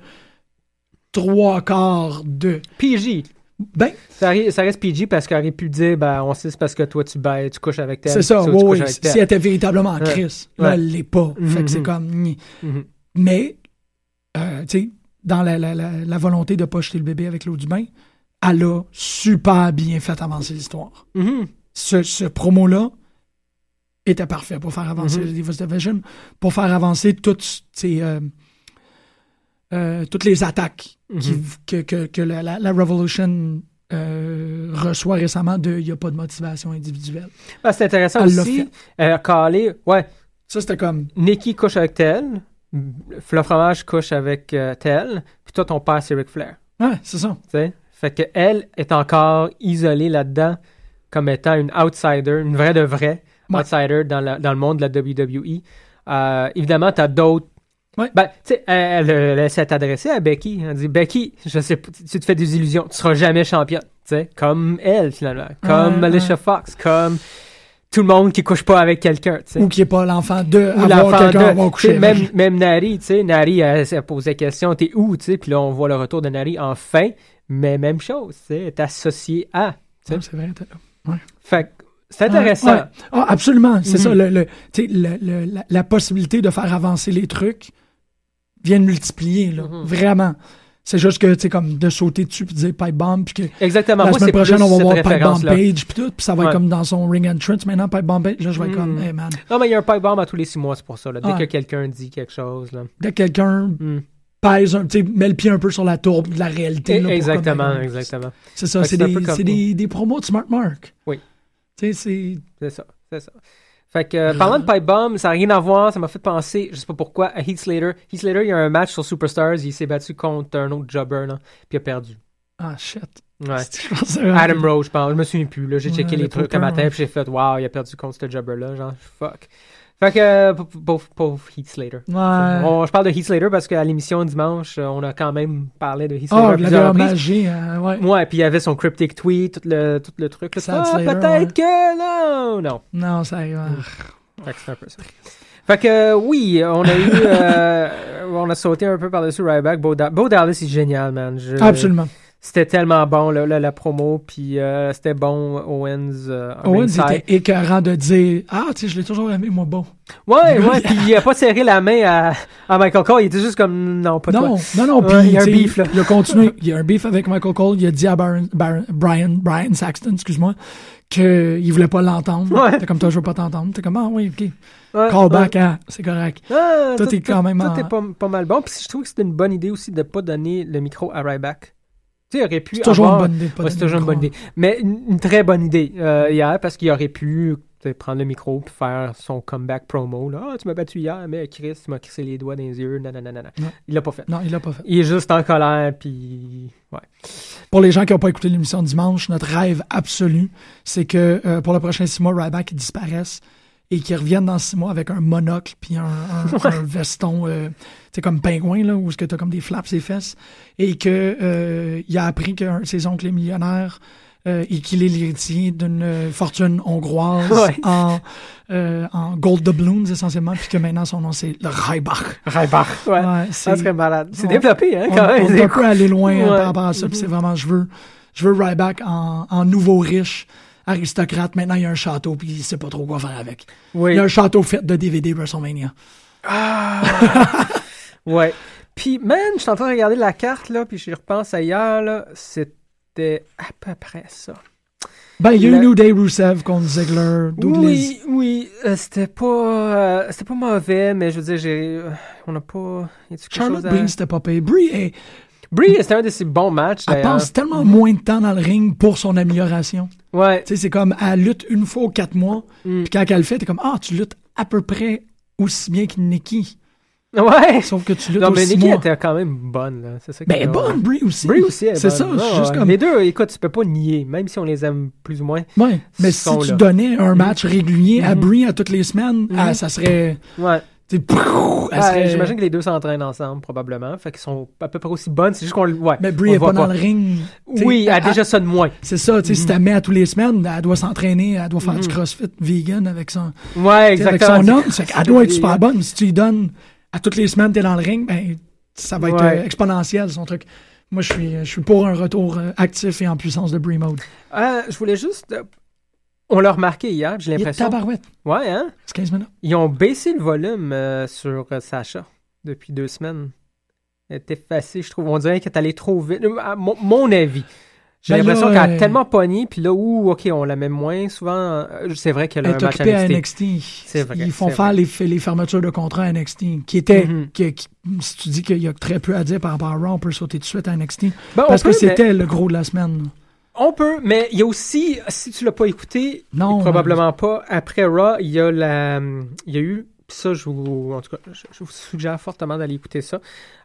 3/4 de... PG. Ben, Ça reste PG parce qu'elle aurait pu dire, on sait c'est parce que toi, tu couches avec tel. c'est ça, toi, tu couches oui, avec tel. si elle était véritablement en crise, là, Ouais. elle l'est pas. Fait que c'est Mhm. comme... gni. Mhm. Mais, tu sais, dans la volonté de pas jeter le bébé avec l'eau du bain, elle a super bien fait avancer l'histoire. Mhm. Ce promo-là était parfait pour faire avancer le Divas Division, pour faire avancer toutes les attaques que la Revolution reçoit récemment de « il n'y a pas de motivation individuelle C'est intéressant Elle l'a aussi. Calé, ouais, ». Ça, c'était comme... Nikki couche avec tel, le fromage couche avec tel, puis toi, ton père, c'est Ric Flair. Ouais, c'est ça. Tu sais? Fait qu'elle est encore isolée là-dedans comme étant une outsider, une vraie de vraie outsider dans le monde de la WWE. Évidemment, t'as d'autres. Ouais. Ben, tu sais, elle s'est adressée à Becky. Elle dit, Becky, je sais pas, tu te fais des illusions, tu seras jamais championne. Tu sais, comme elle, finalement. Comme Alicia Fox, comme tout le monde qui couche pas avec quelqu'un. Tu sais. Ou qui n'est pas l'enfant de Ou avoir l'enfant quelqu'un à de. avoir couché T'sais, avec. même Nari, tu sais, Nari, elle posé la question, t'es où, tu sais, puis là, on voit le retour de Nari enfin, mais même chose, tu sais, elle est associée à. Ouais, c'est vrai, t'es là. Ouais. Fait que c'est intéressant. Ouais. Ah, absolument, c'est ça. La possibilité de faire avancer les trucs vient de multiplier, là, vraiment. C'est juste que, tu sais, comme de sauter dessus puis de dire pipe bomb, puis que Exactement. la Moi, semaine c'est prochaine, plus on va cette voir pipe bomb référence-là. page, puis tout, puis ça va être Ouais. comme dans son ring entrance. Maintenant, pipe bomb page, là, je vais être comme, hey man. Non, mais il y a un pipe bomb à tous les 6 mois, c'est pour ça. Là. Dès Ouais. que quelqu'un dit quelque chose. Là. Dès que quelqu'un Mm. pèse, tu sais, met le pied un peu sur la tourbe de la réalité. Là, pour Exactement, comme, exactement. C'est ça, Fait que c'est c'est un peu comme- des promos de Smart Mark. Oui. Tu sais, c'est... C'est ça, c'est ça. Fait que, parlant de pipe bomb, ça n'a rien à voir, ça m'a fait penser, je sais pas pourquoi, à Heath Slater. Heath Slater, il y a un match sur Superstars, il s'est battu contre un autre jobber, là, puis il a perdu. Ah, shit. Ouais. Je pense que c'est vrai. Adam Rose, je pense, je me souviens plus, là, j'ai checké Ouais, les le trucs un matin, Twitter, puis j'ai fait, wow, il a perdu contre ce jobber-là, genre, fuck. Fait que, pauvre Heath Slater. Ouais. Je parle de Heath Slater parce qu'à l'émission dimanche, on a quand même parlé de Heath Slater Ah, à de la plusieurs reprises. magie, ouais. Ouais, puis il y avait son cryptic tweet, tout le truc. Là, Sad Slater, peut-être que non. Non, ça arrive. Fait que c'est un peu ça. Fait que oui, on a eu, on a sauté un peu par-dessus Ryback. Bo Dallas, c'est génial, man. Absolument. C'était tellement bon, là, la promo, puis c'était bon, Owens. Owens ringside. était écœurant de dire « Ah, tu sais, je l'ai toujours aimé, moi, bon. » Ouais, puis il a pas serré la main à Michael Cole, il était juste comme, non, pas Non, toi. non, Ouais, puis il y a un tu sais, beef, là. il a continué. Il y a un beef avec Michael Cole. Il a dit à Brian Saxton, excuse-moi, qu'il voulait pas l'entendre. Ouais. T'es comme toi, je veux pas t'entendre. T'es comme, ah oui, ok. Ouais, Callback, c'est correct. Ah, Tout est quand même Tout en- est pas mal bon. Puis je trouve que c'était une bonne idée aussi de pas donner le micro à Ryback. Tu sais, il aurait pu C'est toujours avoir... une bonne idée. de pas Ouais, c'est donner toujours le une bonne micro. idée. Mais une très bonne idée hier, parce qu'il aurait pu prendre le micro et faire son comeback promo. Là. Ah, tu m'as battu hier, mais Chris, tu m'as crissé les doigts dans les yeux. Nanana. Non. Il l'a pas fait. Non, il l'a pas fait. Il est juste en colère, puis... Ouais. Pour les gens qui n'ont pas écouté l'émission dimanche, notre rêve absolu, c'est que pour le prochain 6 mois, Ryback disparaisse et qu'il revienne dans 6 mois avec un monocle puis un veston, c'est comme pingouin, là, où tu as comme des flaps ses fesses, et que il a appris que ses oncles est millionnaire et qu'il est l'héritier d'une fortune hongroise Ouais. en gold doubloons essentiellement, puis que maintenant son nom c'est le Ryback. Ryback. Ouais. Ouais, Ça serait malade. C'est on- développé, hein, on, quand même. on est un peu allé loin Ouais. par rapport à ça, puis c'est vraiment, je veux Ryback en nouveau riche, aristocrate. Maintenant, il y a un château, puis il sait pas trop quoi faire avec. Oui. Il y a un château fait de DVD WrestleMania. Ouais. Puis, man, je suis en train de regarder la carte, là, puis je repense à hier, là, c'était à peu près ça. Ben, il y a eu New Day Rusev contre Ziggler, Douglas. Oui, c'était pas mauvais, mais je veux dire, on n'a pas... Y a-tu quelque Charlotte chose à... Brie, c'était pas payé. Brie, Brie, c'était un de ses bons matchs, elle d'ailleurs. passe tellement moins de temps dans le ring pour son amélioration. Ouais. Tu sais, c'est comme, elle lutte une fois aux 4 mois, Mm. puis quand elle le fait, t'es comme, ah, tu luttes à peu près aussi bien que Nikki. Ouais. Sauf que tu luttes Non, mais aussi Nikki mois. était quand même bonne, là. C'est ça qui Ben, est elle est drôle. bonne, Brie aussi. Brie aussi, elle est C'est bonne. ça, Ouais, c'est juste ouais. comme... Les deux, écoute, tu peux pas nier, même si on les aime plus ou moins. Ouais, mais si sont tu là. donnais un match régulier à Brie à toutes les semaines, Mhm. ça serait... Ouais. J'imagine que les deux s'entraînent ensemble, probablement. Fait qu'ils sont à peu près aussi bonnes. C'est juste qu'on mais Brie n'est pas dans le ring. Oui, elle a déjà ça de moins. C'est ça, si tu la mets à tous les semaines, elle doit s'entraîner, elle doit faire du CrossFit vegan avec son... Ouais, exactement. Avec son homme, elle doit être super bonne. Si tu lui donnes à toutes les semaines, t'es dans le ring, ben ça va être exponentiel, son truc. Moi, je suis pour un retour actif et en puissance de Brie Mode. Je voulais juste... On l'a remarqué hier, j'ai l'impression. Il est tabarouette. Ouais, hein? C'est 15 minutes. Ils ont baissé le volume sur Sasha depuis 2 semaines. Elle était facile, je trouve. On dirait qu'elle est allée trop vite. Mon avis. J'ai l'impression qu'elle a tellement pogné, puis là, OK, on la met moins souvent. C'est vrai qu'elle a un match à NXT. C'est vrai. Ils font faire les fermetures de contrat à NXT, qui était... si tu dis qu'il y a très peu à dire par rapport à Raw, on peut sauter tout de suite à NXT. Parce que c'était le gros de la semaine. On peut, mais il y a aussi, si tu l'as pas écouté, probablement pas, après Raw, il y a eu, ça, en tout cas, je vous suggère fortement d'aller écouter ça.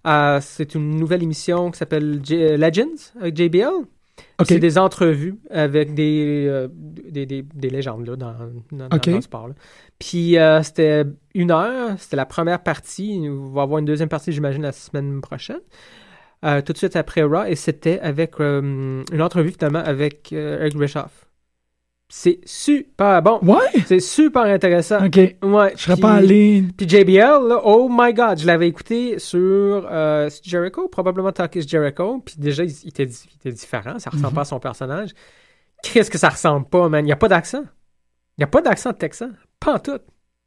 C'est une nouvelle émission qui s'appelle Legends, avec JBL. Okay. C'est des entrevues avec des légendes là, dans le sport. Là. Puis c'était 1 heure, c'était la première partie. On va avoir une deuxième partie, j'imagine, la semaine prochaine. Tout de suite après Raw, et c'était avec une entrevue finalement avec Eric Bischoff. C'est super bon. Ouais. C'est super intéressant. OK. Ouais. Je serais pas allé. Puis JBL, là, oh my God, je l'avais écouté sur Jericho, probablement Talkish Jericho. Puis déjà, il était différent. Ça ressemble pas à son personnage. Qu'est-ce que ça ressemble pas, man? Il n'y a pas d'accent. Il n'y a pas d'accent texan. Pas en tout.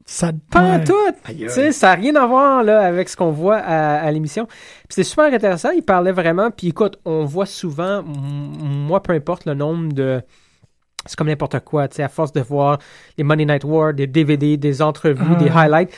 Pas en tout. Tu sais, ça n'a rien à voir là, avec ce qu'on voit à l'émission. Puis c'est super intéressant. Il parlait vraiment. Puis écoute, on voit souvent, moi, peu importe le nombre de... C'est comme n'importe quoi, tu sais, à force de voir les Monday Night War, des DVD, des entrevues, des highlights.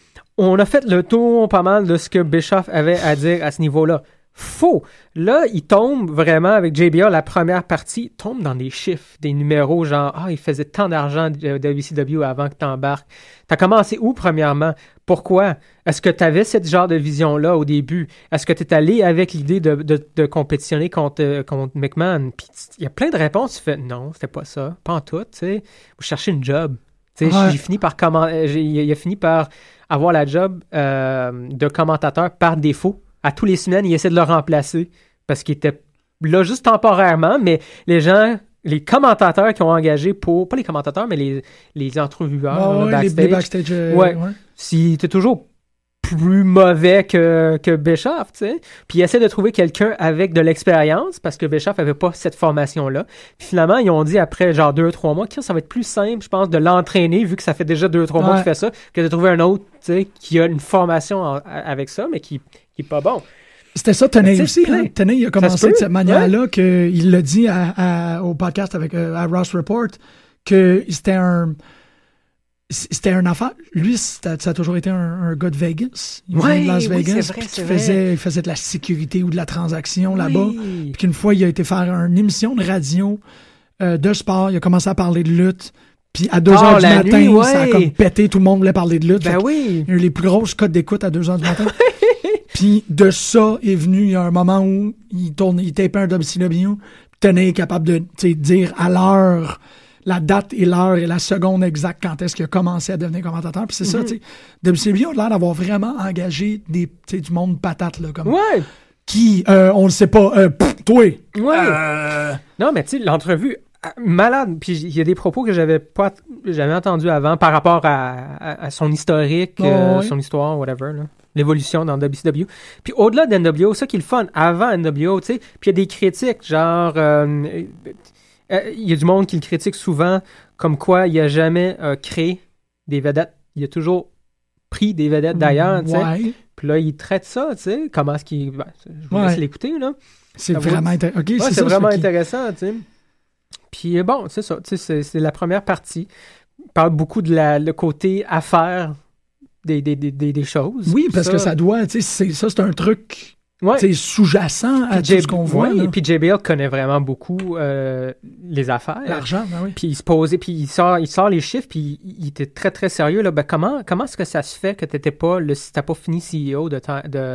On a fait le tour pas mal de ce que Bischoff avait à dire à ce niveau-là. Faux. Là, il tombe vraiment avec JBL, la première partie, il tombe dans des chiffres, des numéros, genre, il faisait tant d'argent de WCW avant que tu embarques. T'as commencé où, premièrement? Pourquoi? Est-ce que tu avais ce genre de vision-là au début? Est-ce que tu es allé avec l'idée de compétitionner contre McMahon? Puis il y a plein de réponses. Tu fais, non, c'était pas ça. Pas en tout, tu sais. Vous cherchez une job. Tu sais, il a fini par avoir la job de commentateur par défaut. À tous les semaines, il essaie de le remplacer parce qu'il était là juste temporairement, mais les commentateurs qui ont engagé pas les commentateurs, mais les entrevueurs backstage. Les backstage Si t'es toujours plus mauvais que Bischoff, tu sais. Puis il essaie de trouver quelqu'un avec de l'expérience parce que Bischoff avait pas cette formation-là. Puis finalement, ils ont dit après genre 2-3 mois, ça va être plus simple, je pense, de l'entraîner vu que ça fait déjà 2-3 mois qu'il fait ça, que de trouver un autre, tu sais, qui a une formation avec ça, mais qui est pas bon. C'était ça, Tenay aussi. Hein? Tenay, il a commencé de cette manière-là, qu'il l'a dit au podcast avec à Ross Report, que c'était un affaire. Lui, ça a toujours été un gars de Vegas. Il venait de Las Vegas. C'est vrai, il faisait de la sécurité ou de la transaction là-bas. Puis qu'une fois, il a été faire une émission de radio de sport. Il a commencé à parler de lutte. Puis à 2h du matin, nuit, ça a comme pété. Tout le monde voulait parler de lutte. Ben oui. Il y a eu les plus grosses cotes d'écoute à 2h du matin. Puis de ça est venu, il y a un moment où il tapait un WCW. Tenay est capable de dire à l'heure... la date et l'heure et la seconde exacte quand est-ce qu'il a commencé à devenir commentateur. Puis c'est ça, tu sais. WCW a l'air d'avoir vraiment engagé du monde patate, là, comme... Ouais! Qui, on le sait pas, toi! Ouais! Non, mais tu sais, l'entrevue, malade. Puis il y a des propos que j'avais jamais entendus avant par rapport à son historique, son histoire, whatever, là. L'évolution dans WCW. Puis au-delà de NWO, ça qui est le fun, avant NWO, tu sais, puis il y a des critiques, genre... il y a du monde qui le critique souvent comme quoi il n'a jamais créé des vedettes. Il a toujours pris des vedettes d'ailleurs, tu sais. Puis là, il traite ça, tu sais. Comment est-ce qu'il... je vous laisse l'écouter, là. C'est vraiment intéressant. Okay, c'est vraiment intéressant, tu sais. Puis bon, c'est ça. Tu sais, c'est la première partie. Il parle beaucoup de le côté affaire des choses. Oui, parce que ça doit... Tu sais, c'est un truc... C'est sous-jacent à tout ce qu'on voit. Et puis JBL connaît vraiment beaucoup les affaires. L'argent, ben oui. Puis il se posait, puis il sort les chiffres, puis il était très, très sérieux. Là. Ben, comment est-ce que ça se fait que t'as pas fini CEO de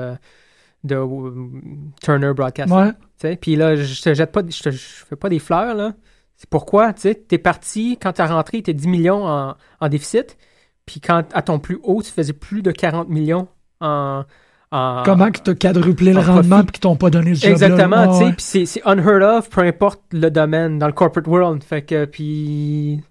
Turner Broadcasting? Ouais. T'sais? Puis là, je te jette pas, je fais pas des fleurs, là. C'est pourquoi, tu sais, t'es parti, quand t'as rentré, t'es 10 millions en déficit. Puis quand, à ton plus haut, tu faisais plus de 40 millions en Comment que t'as quadruplé le rendement puis qu'ils t'ont pas donné le job? Exactement, tu sais. Ouais. Puis c'est unheard of, peu importe le domaine, dans le corporate world. Fait que, puis...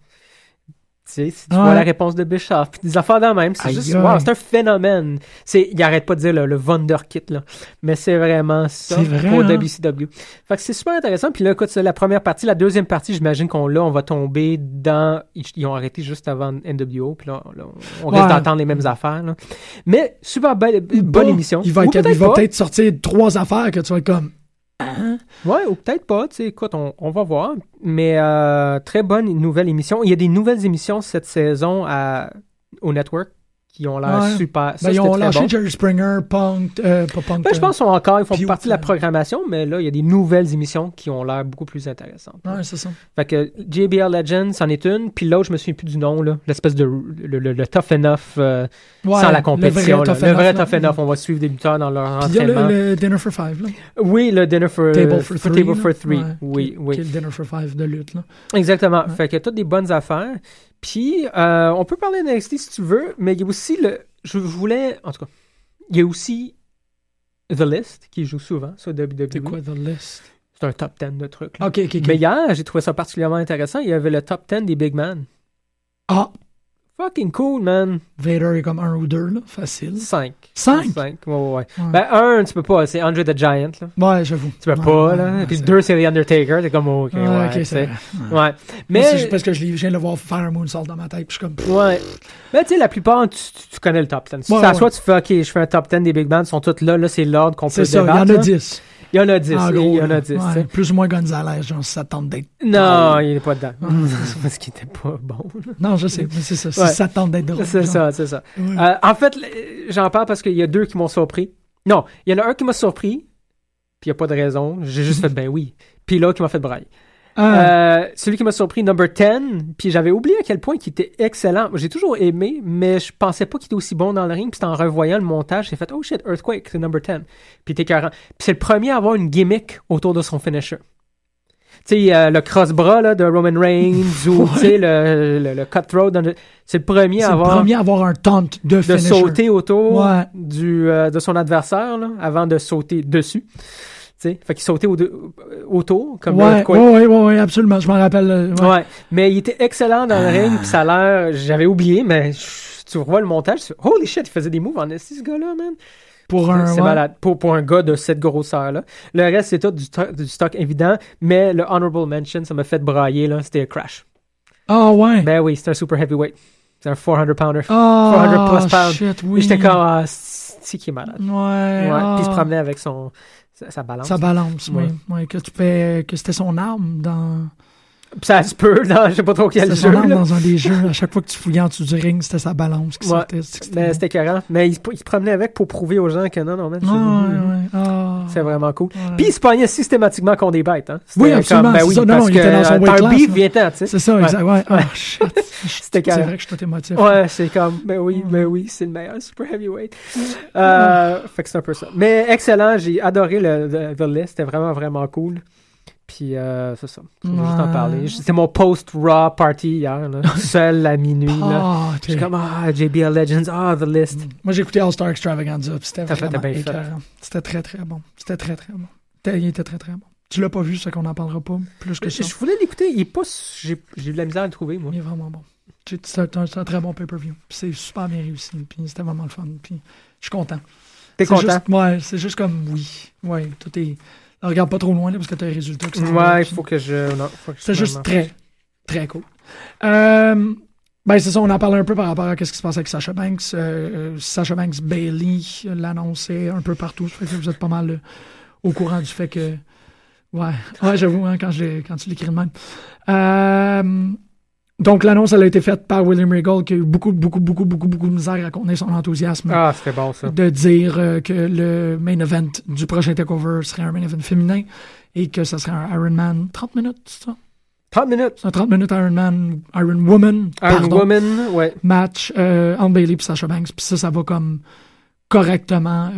Tu sais, si tu vois la réponse de Bischoff, puis des affaires de même, c'est juste, wow, c'est un phénomène. Il arrête pas de dire le wonderkid, là. Mais c'est vraiment ça pour WCW. Fait que c'est super intéressant. Puis là, écoute, c'est la première partie. La deuxième partie, j'imagine qu'on va tomber dans... Ils ont arrêté juste avant NWO, puis là on risque d'entendre les mêmes affaires, là. Mais super bonne émission. Il va peut-être sortir 3 affaires que tu vas être comme... Ouais, ou peut-être pas, tu sais, écoute, on va voir. Mais très bonne nouvelle émission. Il y a des nouvelles émissions cette saison au Network qui ont l'air super. Ça, ils ont lâché Jerry Springer, Punk, pas Punk. Je pense qu'ils font partie de la programmation, mais là, il y a des nouvelles émissions qui ont l'air beaucoup plus intéressantes. Ouais, c'est ça. Fait que JBL Legends, c'en est une, puis l'autre, je me souviens plus du nom, là, l'espèce de le Tough Enough sans la compétition. Le vrai Tough Enough, on va suivre des lutteurs dans leur entraînement. Il y a le Dinner for Five, là. Oui, le Dinner for Table for Three. Ouais, oui. Qui est le Dinner for Five de lutte, là. Exactement. Ouais. Fait que toutes des bonnes affaires. Puis, on peut parler d'NXT si tu veux, mais il y a aussi en tout cas, il y a aussi The List qui joue souvent sur WWE. C'est quoi The List? C'est un top 10 de trucs. OK. Mais hier, j'ai trouvé ça particulièrement intéressant. Il y avait le top 10 des Big Man. Ah! Fucking cool, man. Vader est comme 1 ou 2, là. Facile. 5. 5? Ouais. Ben, 1, tu peux pas. C'est Andre the Giant, là. Ouais, j'avoue. Tu peux pas, là. Puis 2, c'est The Undertaker. T'es comme, OK, c'est vrai. Ouais. Mais... c'est juste parce que je viens de le voir faire un moonsault dans ma tête, puis je suis comme... Ouais. Mais tu sais, la plupart, tu connais le top 10. Tu t'assois, tu fais, OK, je fais un top 10 des Big Bands, ils sont tous là. Là, c'est l'ordre qu'on peut débattre. Il y en a 10. Il y en a 10. En gros, il y en a 10. Ouais, plus ou moins Gonzalez, genre, ça tente d'être Non, drôle. Il n'est pas dedans. C'est parce qu'il était pas bon. Non, je sais, mais c'est ça. Si ça tente d'être drôle. C'est ça. Ouais. En fait, j'en parle parce qu'il y a 2 qui m'ont surpris. Non, il y en a un qui m'a surpris, puis il n'y a pas de raison. J'ai juste fait, ben oui. Puis l'autre qui m'a fait brailler. Celui qui m'a surpris, number 10, puis j'avais oublié à quel point il était excellent. J'ai toujours aimé, mais je pensais pas qu'il était aussi bon dans le ring, puis en revoyant le montage, j'ai fait « Oh shit, Earthquake, c'est number 10 ». Puis il était écœurant. Puis c'est le premier à avoir une gimmick autour de son finisher. Tu sais, le cross-bras là, de Roman Reigns, ou tu sais, le cutthroat, c'est le premier à avoir un taunt de finisher. De sauter autour de son adversaire, là, avant de sauter dessus. T'sais, fait qu'il sautait autour, comme ouais, absolument, je m'en rappelle. Ouais, mais il était excellent dans le ring, puis ça a l'air, j'avais oublié, mais tu revois le montage, tu fais, holy shit, il faisait des moves en esti, ce gars-là, man. C'est malade, pour un gars de cette grosseur-là. Le reste, c'est tout du stock évident, mais le honorable mention, ça m'a fait brailler, là, c'était Crash. Ah ouais? Ben oui, c'était un super heavyweight. C'est un 400-pounder. 400 plus pounds. Shit, oui. Et j'étais comme, c'est qui est malade. Ouais. Puis il se promenait avec sa balance. Sa balance, oui. Ouais, que c'était son arme dans... Ça se peut, je sais pas trop quel jeu. C'était son arme dans un des jeux. À chaque fois que tu fouillais en dessous du ring, c'était sa balance qui sortait. C'était écœurant. Mais il se promenait avec pour prouver aux gens que non, c'est vraiment cool. Ouais. Puis il se pognait systématiquement contre des bêtes. Hein. Oui, absolument. Ben oui, ça. Parce il était dans son weight class. Un beef, viens-ten, tu sais. C'est ça, exact. Ouais. Shit. C'était C'est vrai que je suis tout émotif. Ouais, c'est comme, ben oui, c'est le meilleur super heavyweight. Fait que c'est un peu ça. Mais excellent, j'ai adoré The List. C'était vraiment, vraiment cool. Puis c'est ça. Je voulais juste en parler. C'était mon post-Raw party hier, là. Seul à minuit. Là. Je suis comme, JBL Legends, The List. Moi, j'ai écouté All-Star Extravaganza. Puis c'était vraiment bien C'était très, très bon. C'était très, très bon. Il était très, très bon. Tu l'as pas vu, ça qu'on n'en parlera pas plus que ça. Je voulais l'écouter. Il est pas... J'ai eu de la misère à le trouver, moi. Il est vraiment bon. C'est un très bon pay-per-view. Puis c'est super bien réussi. Puis c'était vraiment le fun. Puis je suis content. T'es content? C'est juste comme, oui. Ouais, tout est... Alors, regarde pas trop loin, là, parce que t'as les résultats qui sont il faut que je... C'est juste très, très cool. Ben, c'est ça, on en parlait un peu par rapport à ce qui se passe avec Sasha Banks. Sasha Banks Bayley l'annonçait un peu partout. Ça fait que vous êtes pas mal au courant du fait que... Ouais, j'avoue, hein, quand tu l'écris de même. Donc, l'annonce, elle a été faite par William Regal, qui a eu beaucoup de misère à contenir son enthousiasme. Ah, c'était bon, ça. De dire que le main event du prochain TakeOver serait un main event féminin et que ça serait un Iron Man 30 minutes, c'est ça? 30 minutes? C'est un 30 minutes Iron Woman ouais. Match entre Bayley et Sasha Banks. Puis ça va comme correctement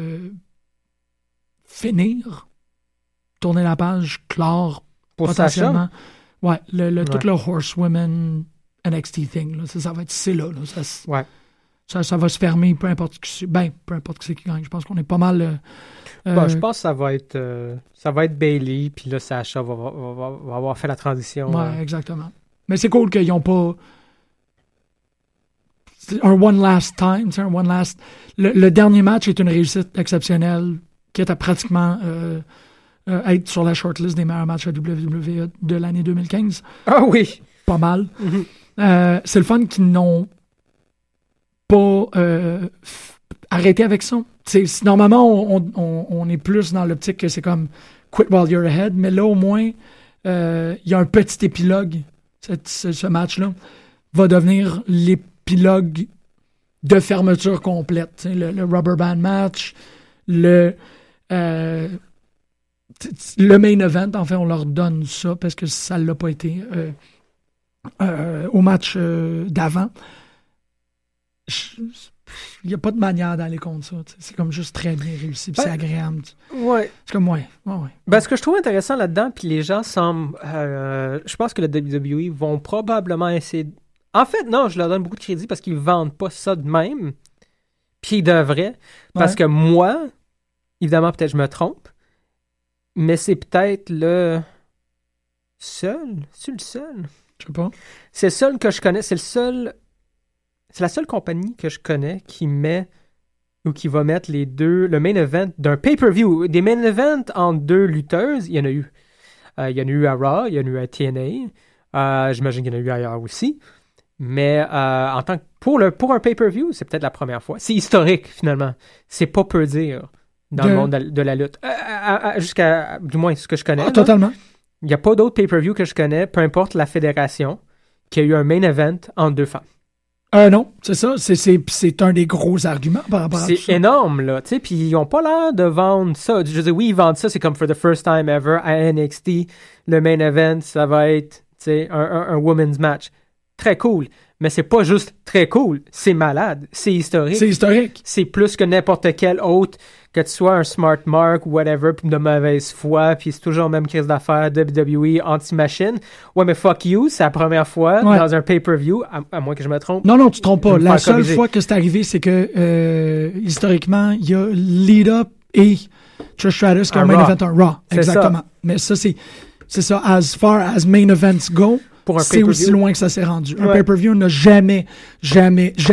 finir, tourner la page, clore pour potentiellement. Sasha? Ouais, tout le Horsewomen NXT thing. Là. Ça va être c'est là. Ouais. Ça va se fermer, peu importe qui gagne. Je pense qu'on est pas mal... je pense que ça va être Bayley, puis là, Sasha va avoir fait la transition. Ouais, exactement. Mais c'est cool qu'ils n'ont pas... un one last time, un one last... Le dernier match est une réussite exceptionnelle qui est à pratiquement être sur la shortlist des meilleurs matchs à WWE de l'année 2015. Ah oui! Pas mal. Mm-hmm. C'est le fun qu'ils n'ont pas arrêté avec ça. Normalement, on est plus dans l'optique que c'est comme quit while you're ahead, mais là, au moins, il y a un petit épilogue. Ce match-là va devenir l'épilogue de fermeture complète. Le rubber band match, le main event, en fait, on leur donne ça parce que ça ne l'a pas été au match d'avant. Il n'y a pas de manière d'aller contre ça. C'est comme juste très bien réussi, puis c'est agréable. Ouais. C'est comme, ouais. Ce que je trouve intéressant là-dedans, puis les gens semblent... je pense que le WWE vont probablement essayer... En fait, non, je leur donne beaucoup de crédit parce qu'ils ne vendent pas ça de même. Puis ils devraient. Parce que moi, évidemment, peut-être je me trompe, mais c'est peut-être le seul. C'est le seul. Je sais pas. C'est le seul que je connais. C'est la seule compagnie que je connais qui met ou qui va mettre le main event d'un pay-per-view. Des main events entre deux lutteuses, il y en a eu. Il y en a eu à Raw, il y en a eu à TNA. J'imagine qu'il y en a eu ailleurs aussi. Mais en tant que pour un pay-per-view, c'est peut-être la première fois. C'est historique, finalement. C'est pas peu dire dans le monde de la lutte. Jusqu'à, du moins, ce que je connais. Totalement. Il n'y a pas d'autres pay-per-view que je connais, peu importe la fédération, qui a eu un main event entre deux femmes. Non, c'est ça. C'est un des gros arguments par rapport à ça. C'est énorme, là. Tu sais, puis ils n'ont pas l'air de vendre ça. Je veux dire, oui, ils vendent ça. C'est comme for the first time ever à NXT. Le main event, ça va être, tu sais, un women's match. Très cool. Mais c'est pas juste très cool. C'est malade. C'est historique. C'est historique. C'est plus que n'importe quel autre, que tu sois un smart mark ou whatever, de mauvaise foi, puis c'est toujours la même crise d'affaires, WWE, anti-machine. Ouais, mais fuck you, c'est la première fois dans un pay-per-view, à moins que je me trompe. Non, tu te trompes pas. La seule fois que c'est arrivé, c'est que, historiquement, il y a Lead Up et Trish Stratus qui ont main event un Raw. Exactement. Ça. Mais ça, c'est ça. As far as main events go, c'est aussi loin que ça s'est rendu. Un pay-per-view n'a jamais été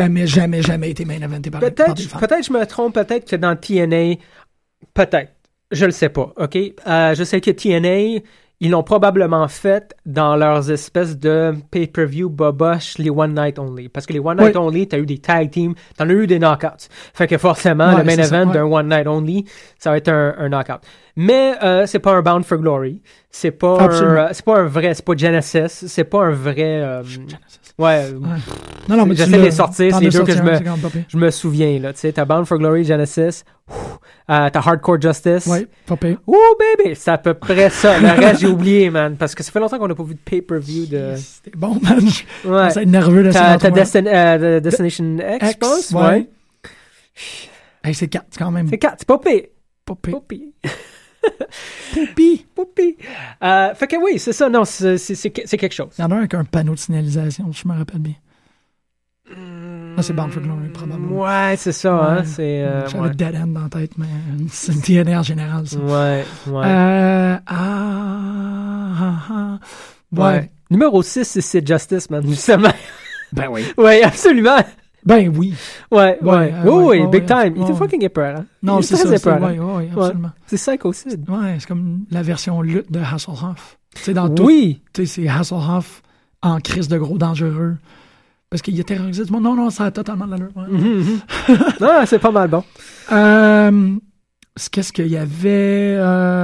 main eventé par des femmes. Peut-être je me trompe, peut-être que dans TNA, peut-être, je le sais pas, OK? Je sais que TNA, ils l'ont probablement fait dans leurs espèces de pay-per-view boboche, les One Night Only. Parce que les One Night Only, t'as eu des tag teams, t'en as eu des knockouts. Fait que forcément, le main event d'un One Night Only, ça va être un knockout. Mais c'est pas un Bound for Glory. C'est pas un vrai, c'est pas Genesis. C'est pas un vrai... Non, mais j'essaie de les sortir, c'est les deux que je me souviens, là. Tu sais, t'as Bound for Glory, Genesis, t'as Hardcore Justice. Ouais, pas pire. Ouh, baby! C'est à peu près ça. Le reste, j'ai oublié, man. Parce que ça fait longtemps qu'on n'a pas vu de pay-per-view de... C'était bon, man. Ouais. Ça être nerveux de ça. T'as Destination X, je pense. Ouais. Hey, c'est 4, quand même. C'est 4, c'est pas pire. Poupie. Fait que oui, c'est ça. Non, c'est quelque chose. Il y en a un avec un panneau de signalisation, je me rappelle bien. C'est Bound for Glory, probablement. Ouais, c'est ça. J'avais Dead End dans la tête, mais c'est une TNA en général, ça. Ouais. Numéro 6, c'est Justice, man, justement. Ben oui. Ouais, absolument. Ben oui. Ouais, big time. Il était fucking épeurant. Non, c'est ça. Oui, absolument. C'est psychocide. Ouais, c'est comme la version lutte de Hasselhoff. Tu sais, dans tout. Oui. Tu sais, c'est Hasselhoff en crise de gros dangereux. Parce qu'il a terrorisé tout le monde. Non, ça a totalement de l'allure. Ouais. Non, c'est pas mal bon. Qu'est-ce qu'il y avait?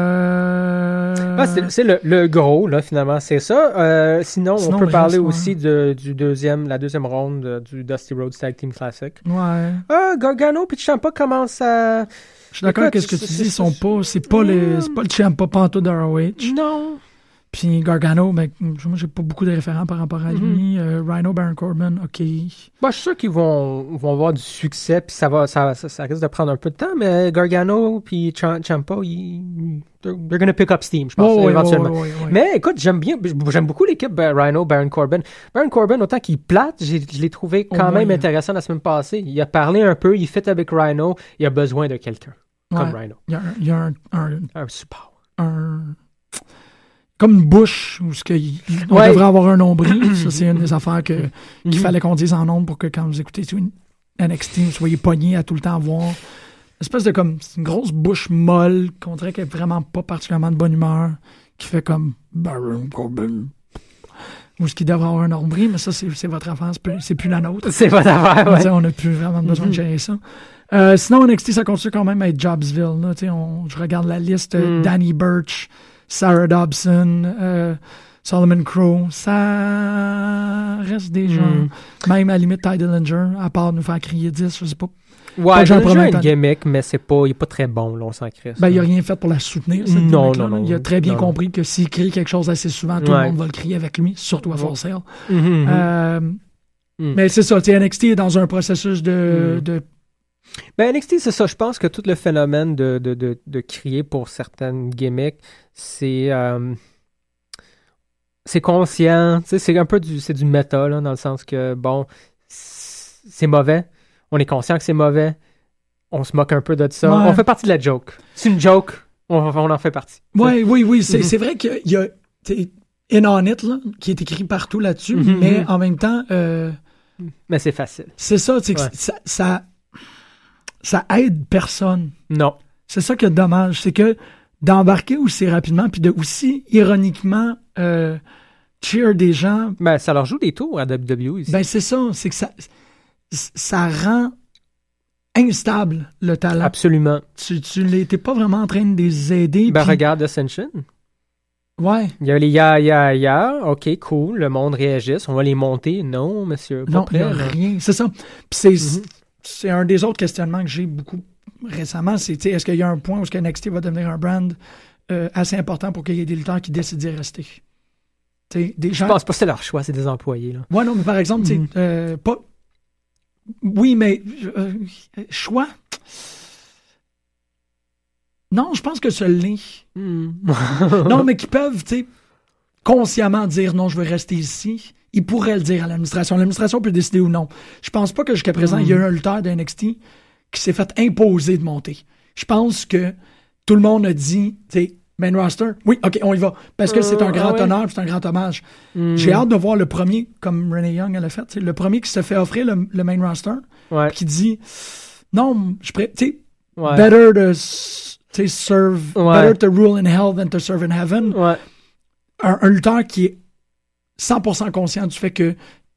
C'est le gros, là, finalement, c'est ça. Sinon, on peut parler aussi de la deuxième ronde du Dusty Rhodes Tag Team Classic. Ouais. Gargano puis Ciampa commencent à... Je suis d'accord avec ce que tu dis. C'est pas le Ciampa pantoute de ROH. Non. Puis Gargano, ben, moi, j'ai pas beaucoup de référents par rapport à lui. Rhino, Baron Corbin, OK. Bah, je suis sûr qu'ils vont avoir du succès, puis ça risque de prendre un peu de temps, mais Gargano puis Ciampa, they're gonna pick up steam, je pense, éventuellement. Ouais. Mais écoute, j'aime beaucoup l'équipe Rhino, Baron Corbin. Baron Corbin, autant qu'il plate, je l'ai trouvé quand même intéressant la semaine passée. Il a parlé un peu, il fit avec Rhino, il a besoin de quelqu'un comme Rhino. Il y a un support. Comme une bouche où on devrait avoir un nombril. Ça, c'est une des affaires qu'il fallait qu'on dise en nombre pour que quand vous écoutez NXT, vous soyez pognés à tout le temps voir. Une espèce de comme c'est une grosse bouche molle qu'on dirait qu'elle est vraiment pas particulièrement de bonne humeur, qui fait comme Baron Corbin. Ou ce qui devrait avoir un nombril, mais ça, c'est votre affaire, c'est plus la nôtre. C'est votre affaire, ouais. On n'a plus vraiment besoin de gérer ça. Sinon, NXT, ça continue quand même à être Jobsville. Là, je regarde la liste. Danny Burch, Sarah Dobson, Solomon Crowe, ça reste des gens. Même à la limite, Ty Dillinger, à part nous faire crier 10, je sais pas. Ouais, Dillinger a une gimmick, mais il est pas très bon, là, on s'en crisse. Ben, il a rien fait pour la soutenir, cette gimmick-là. Non. Il a très bien compris que s'il crie quelque chose assez souvent, tout le monde va le crier avec lui, surtout à Full Sail. Mais c'est ça, NXT est dans un processus de Ben, NXT, c'est ça. Je pense que tout le phénomène de crier pour certaines gimmicks, c'est conscient. C'est un peu du méta, là, dans le sens que, bon, c'est mauvais. On est conscient que c'est mauvais. On se moque un peu de ça. Ouais. On fait partie de la joke. C'est une joke. On en fait partie. Oui. C'est vrai qu'il y a In On It, là, qui est écrit partout là-dessus, mais en même temps... mais c'est facile. C'est ça, que ça aide personne. Non. C'est ça qui est dommage. C'est que d'embarquer aussi rapidement, puis de aussi, ironiquement, cheer des gens... Ben, ça leur joue des tours à WWE ici. Ben, c'est ça. C'est que ça rend instable le talent. Absolument. Tu n'étais pas vraiment en train de les aider. Ben, regarde Ascension. Ouais. Il y a les ya, ok, cool, le monde réagisse, on va les monter. Non, monsieur, pas prêt. Non, il n'y a rien. C'est ça. Puis c'est un des autres questionnements que j'ai beaucoup récemment, c'est est-ce qu'il y a un point où NXT va devenir un brand assez important pour qu'il y ait des lutteurs qui décident d'y rester? Je pense pas que c'est leur choix, c'est des employés. Là. Ouais, non, mais par exemple, pas... Oui, mais choix... Non, je pense que ce l'est. Non, mais qui peuvent, consciemment dire non, je veux rester ici. Ils pourraient le dire à l'administration. L'administration peut décider ou non. Je pense pas que jusqu'à présent, il y a eu un lutteur de NXT qui s'est fait imposer de monter. Je pense que tout le monde a dit, main roster, oui, ok, on y va. Parce que c'est un grand honneur, c'est un grand hommage. J'ai hâte de voir le premier, comme Renee Young elle a fait, le premier qui se fait offrir le main roster, qui dit, non, je better to serve, better to rule in hell than to serve in heaven. Ouais. Un lutteur qui est 100% conscient du fait que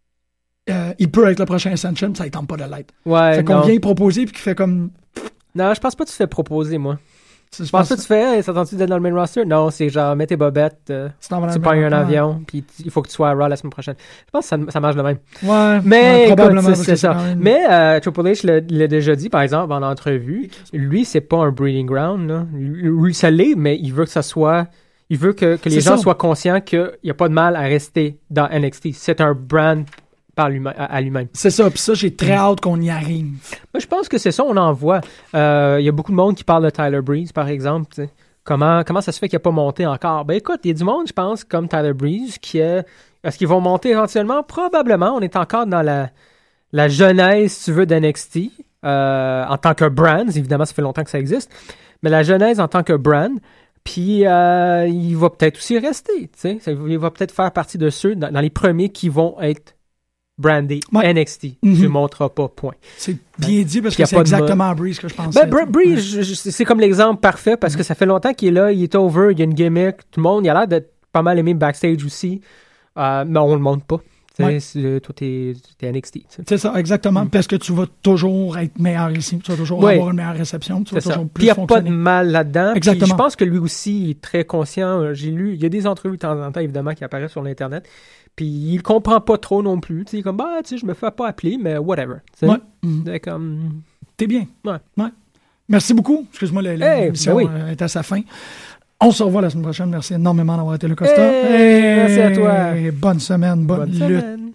il peut être le prochain Ascension, ça ne tente pas de l'être. Ouais, fait qu'on vient y proposer puis qu'il fait comme... Non, je pense pas que tu te fais proposer, moi. Je pense que tu fais, ça tente-tu d'être dans le main roster? Non, c'est genre, mets tes bobettes, tu pognes un avion, puis il faut que tu sois à Raw la semaine prochaine. Je pense que ça marche de même. Ouais, mais probablement, écoute, c'est ça. Même... Mais Triple H l'a déjà dit, par exemple, en entrevue, lui, c'est pas un breeding ground, là. Lui, ça l'est, mais il veut que ça soit... Il veut que les gens soient conscients qu'il n'y a pas de mal à rester dans NXT. C'est un brand à lui-même. C'est ça, puis ça, j'ai très hâte qu'on y arrive. Moi, je pense que c'est ça, on en voit. Il y a beaucoup de monde qui parle de Tyler Breeze, par exemple. T'sais. Comment ça se fait qu'il n'a pas monté encore? Ben écoute, il y a du monde, je pense, comme Tyler Breeze, est-ce qu'ils vont monter éventuellement? Probablement. On est encore dans la genèse, si tu veux, d'NXT, en tant que brand. Évidemment, ça fait longtemps que ça existe. Mais la genèse en tant que brand... Puis, il va peut-être aussi rester, tu sais. Il va peut-être faire partie de ceux, dans les premiers qui vont être brandés NXT. Tu ne monteras pas, point. C'est bien dit, parce que c'est exactement Breeze que je pensais. Ben, Breeze, c'est comme l'exemple parfait, parce que ça fait longtemps qu'il est là, il est over, il y a une gimmick, tout le monde, il a l'air d'être pas mal aimé backstage aussi, mais on ne le monte pas. Toi, t'es NXT. T'sais. C'est ça, exactement. Parce que tu vas toujours être meilleur ici. Tu vas toujours avoir une meilleure réception. Tu vas toujours plus fonctionner. Il n'y a pas de mal là-dedans. Exactement. Puis je pense que lui aussi est très conscient. J'ai lu, il y a des entrevues de temps en temps, évidemment, qui apparaissent sur l'Internet. Puis il ne comprend pas trop non plus. Il est comme, je me fais pas appeler, mais whatever. C'est T'es bien. Ouais. Merci beaucoup. Excuse-moi, l'émission est à sa fin. On se revoit la semaine prochaine. Merci énormément d'avoir été le Costa. Merci à toi. Bonne semaine, bonne lutte. Semaine.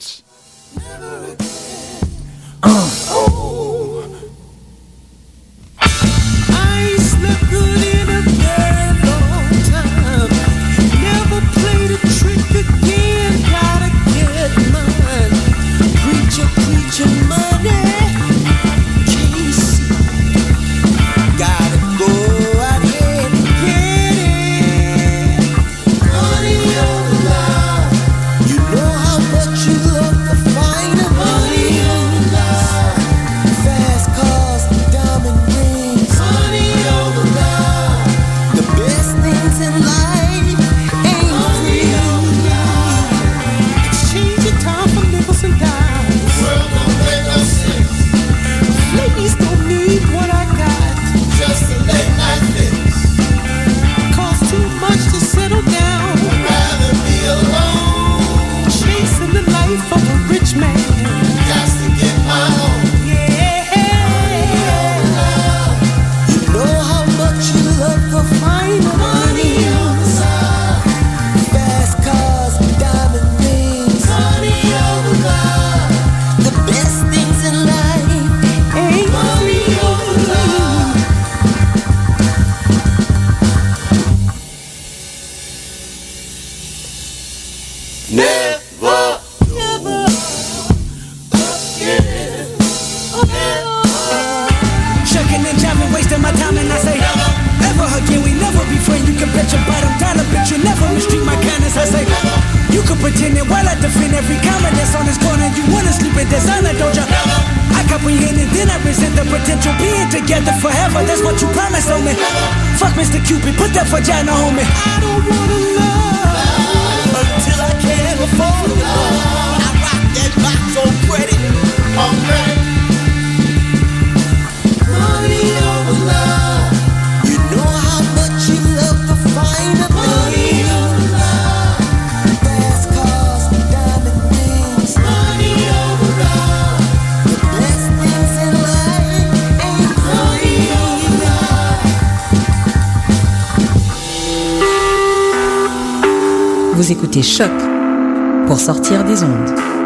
Fuck Mr. Cupid, put that vagina on me. I don't wanna love until I can't afford it. I rock that box on credit. On credit. Money over love. You know how much you love the finer money over love. Fast cars, diamond rings. Money over love. The best things in life ain't money over love. Vous écoutez Choc pour sortir des ondes.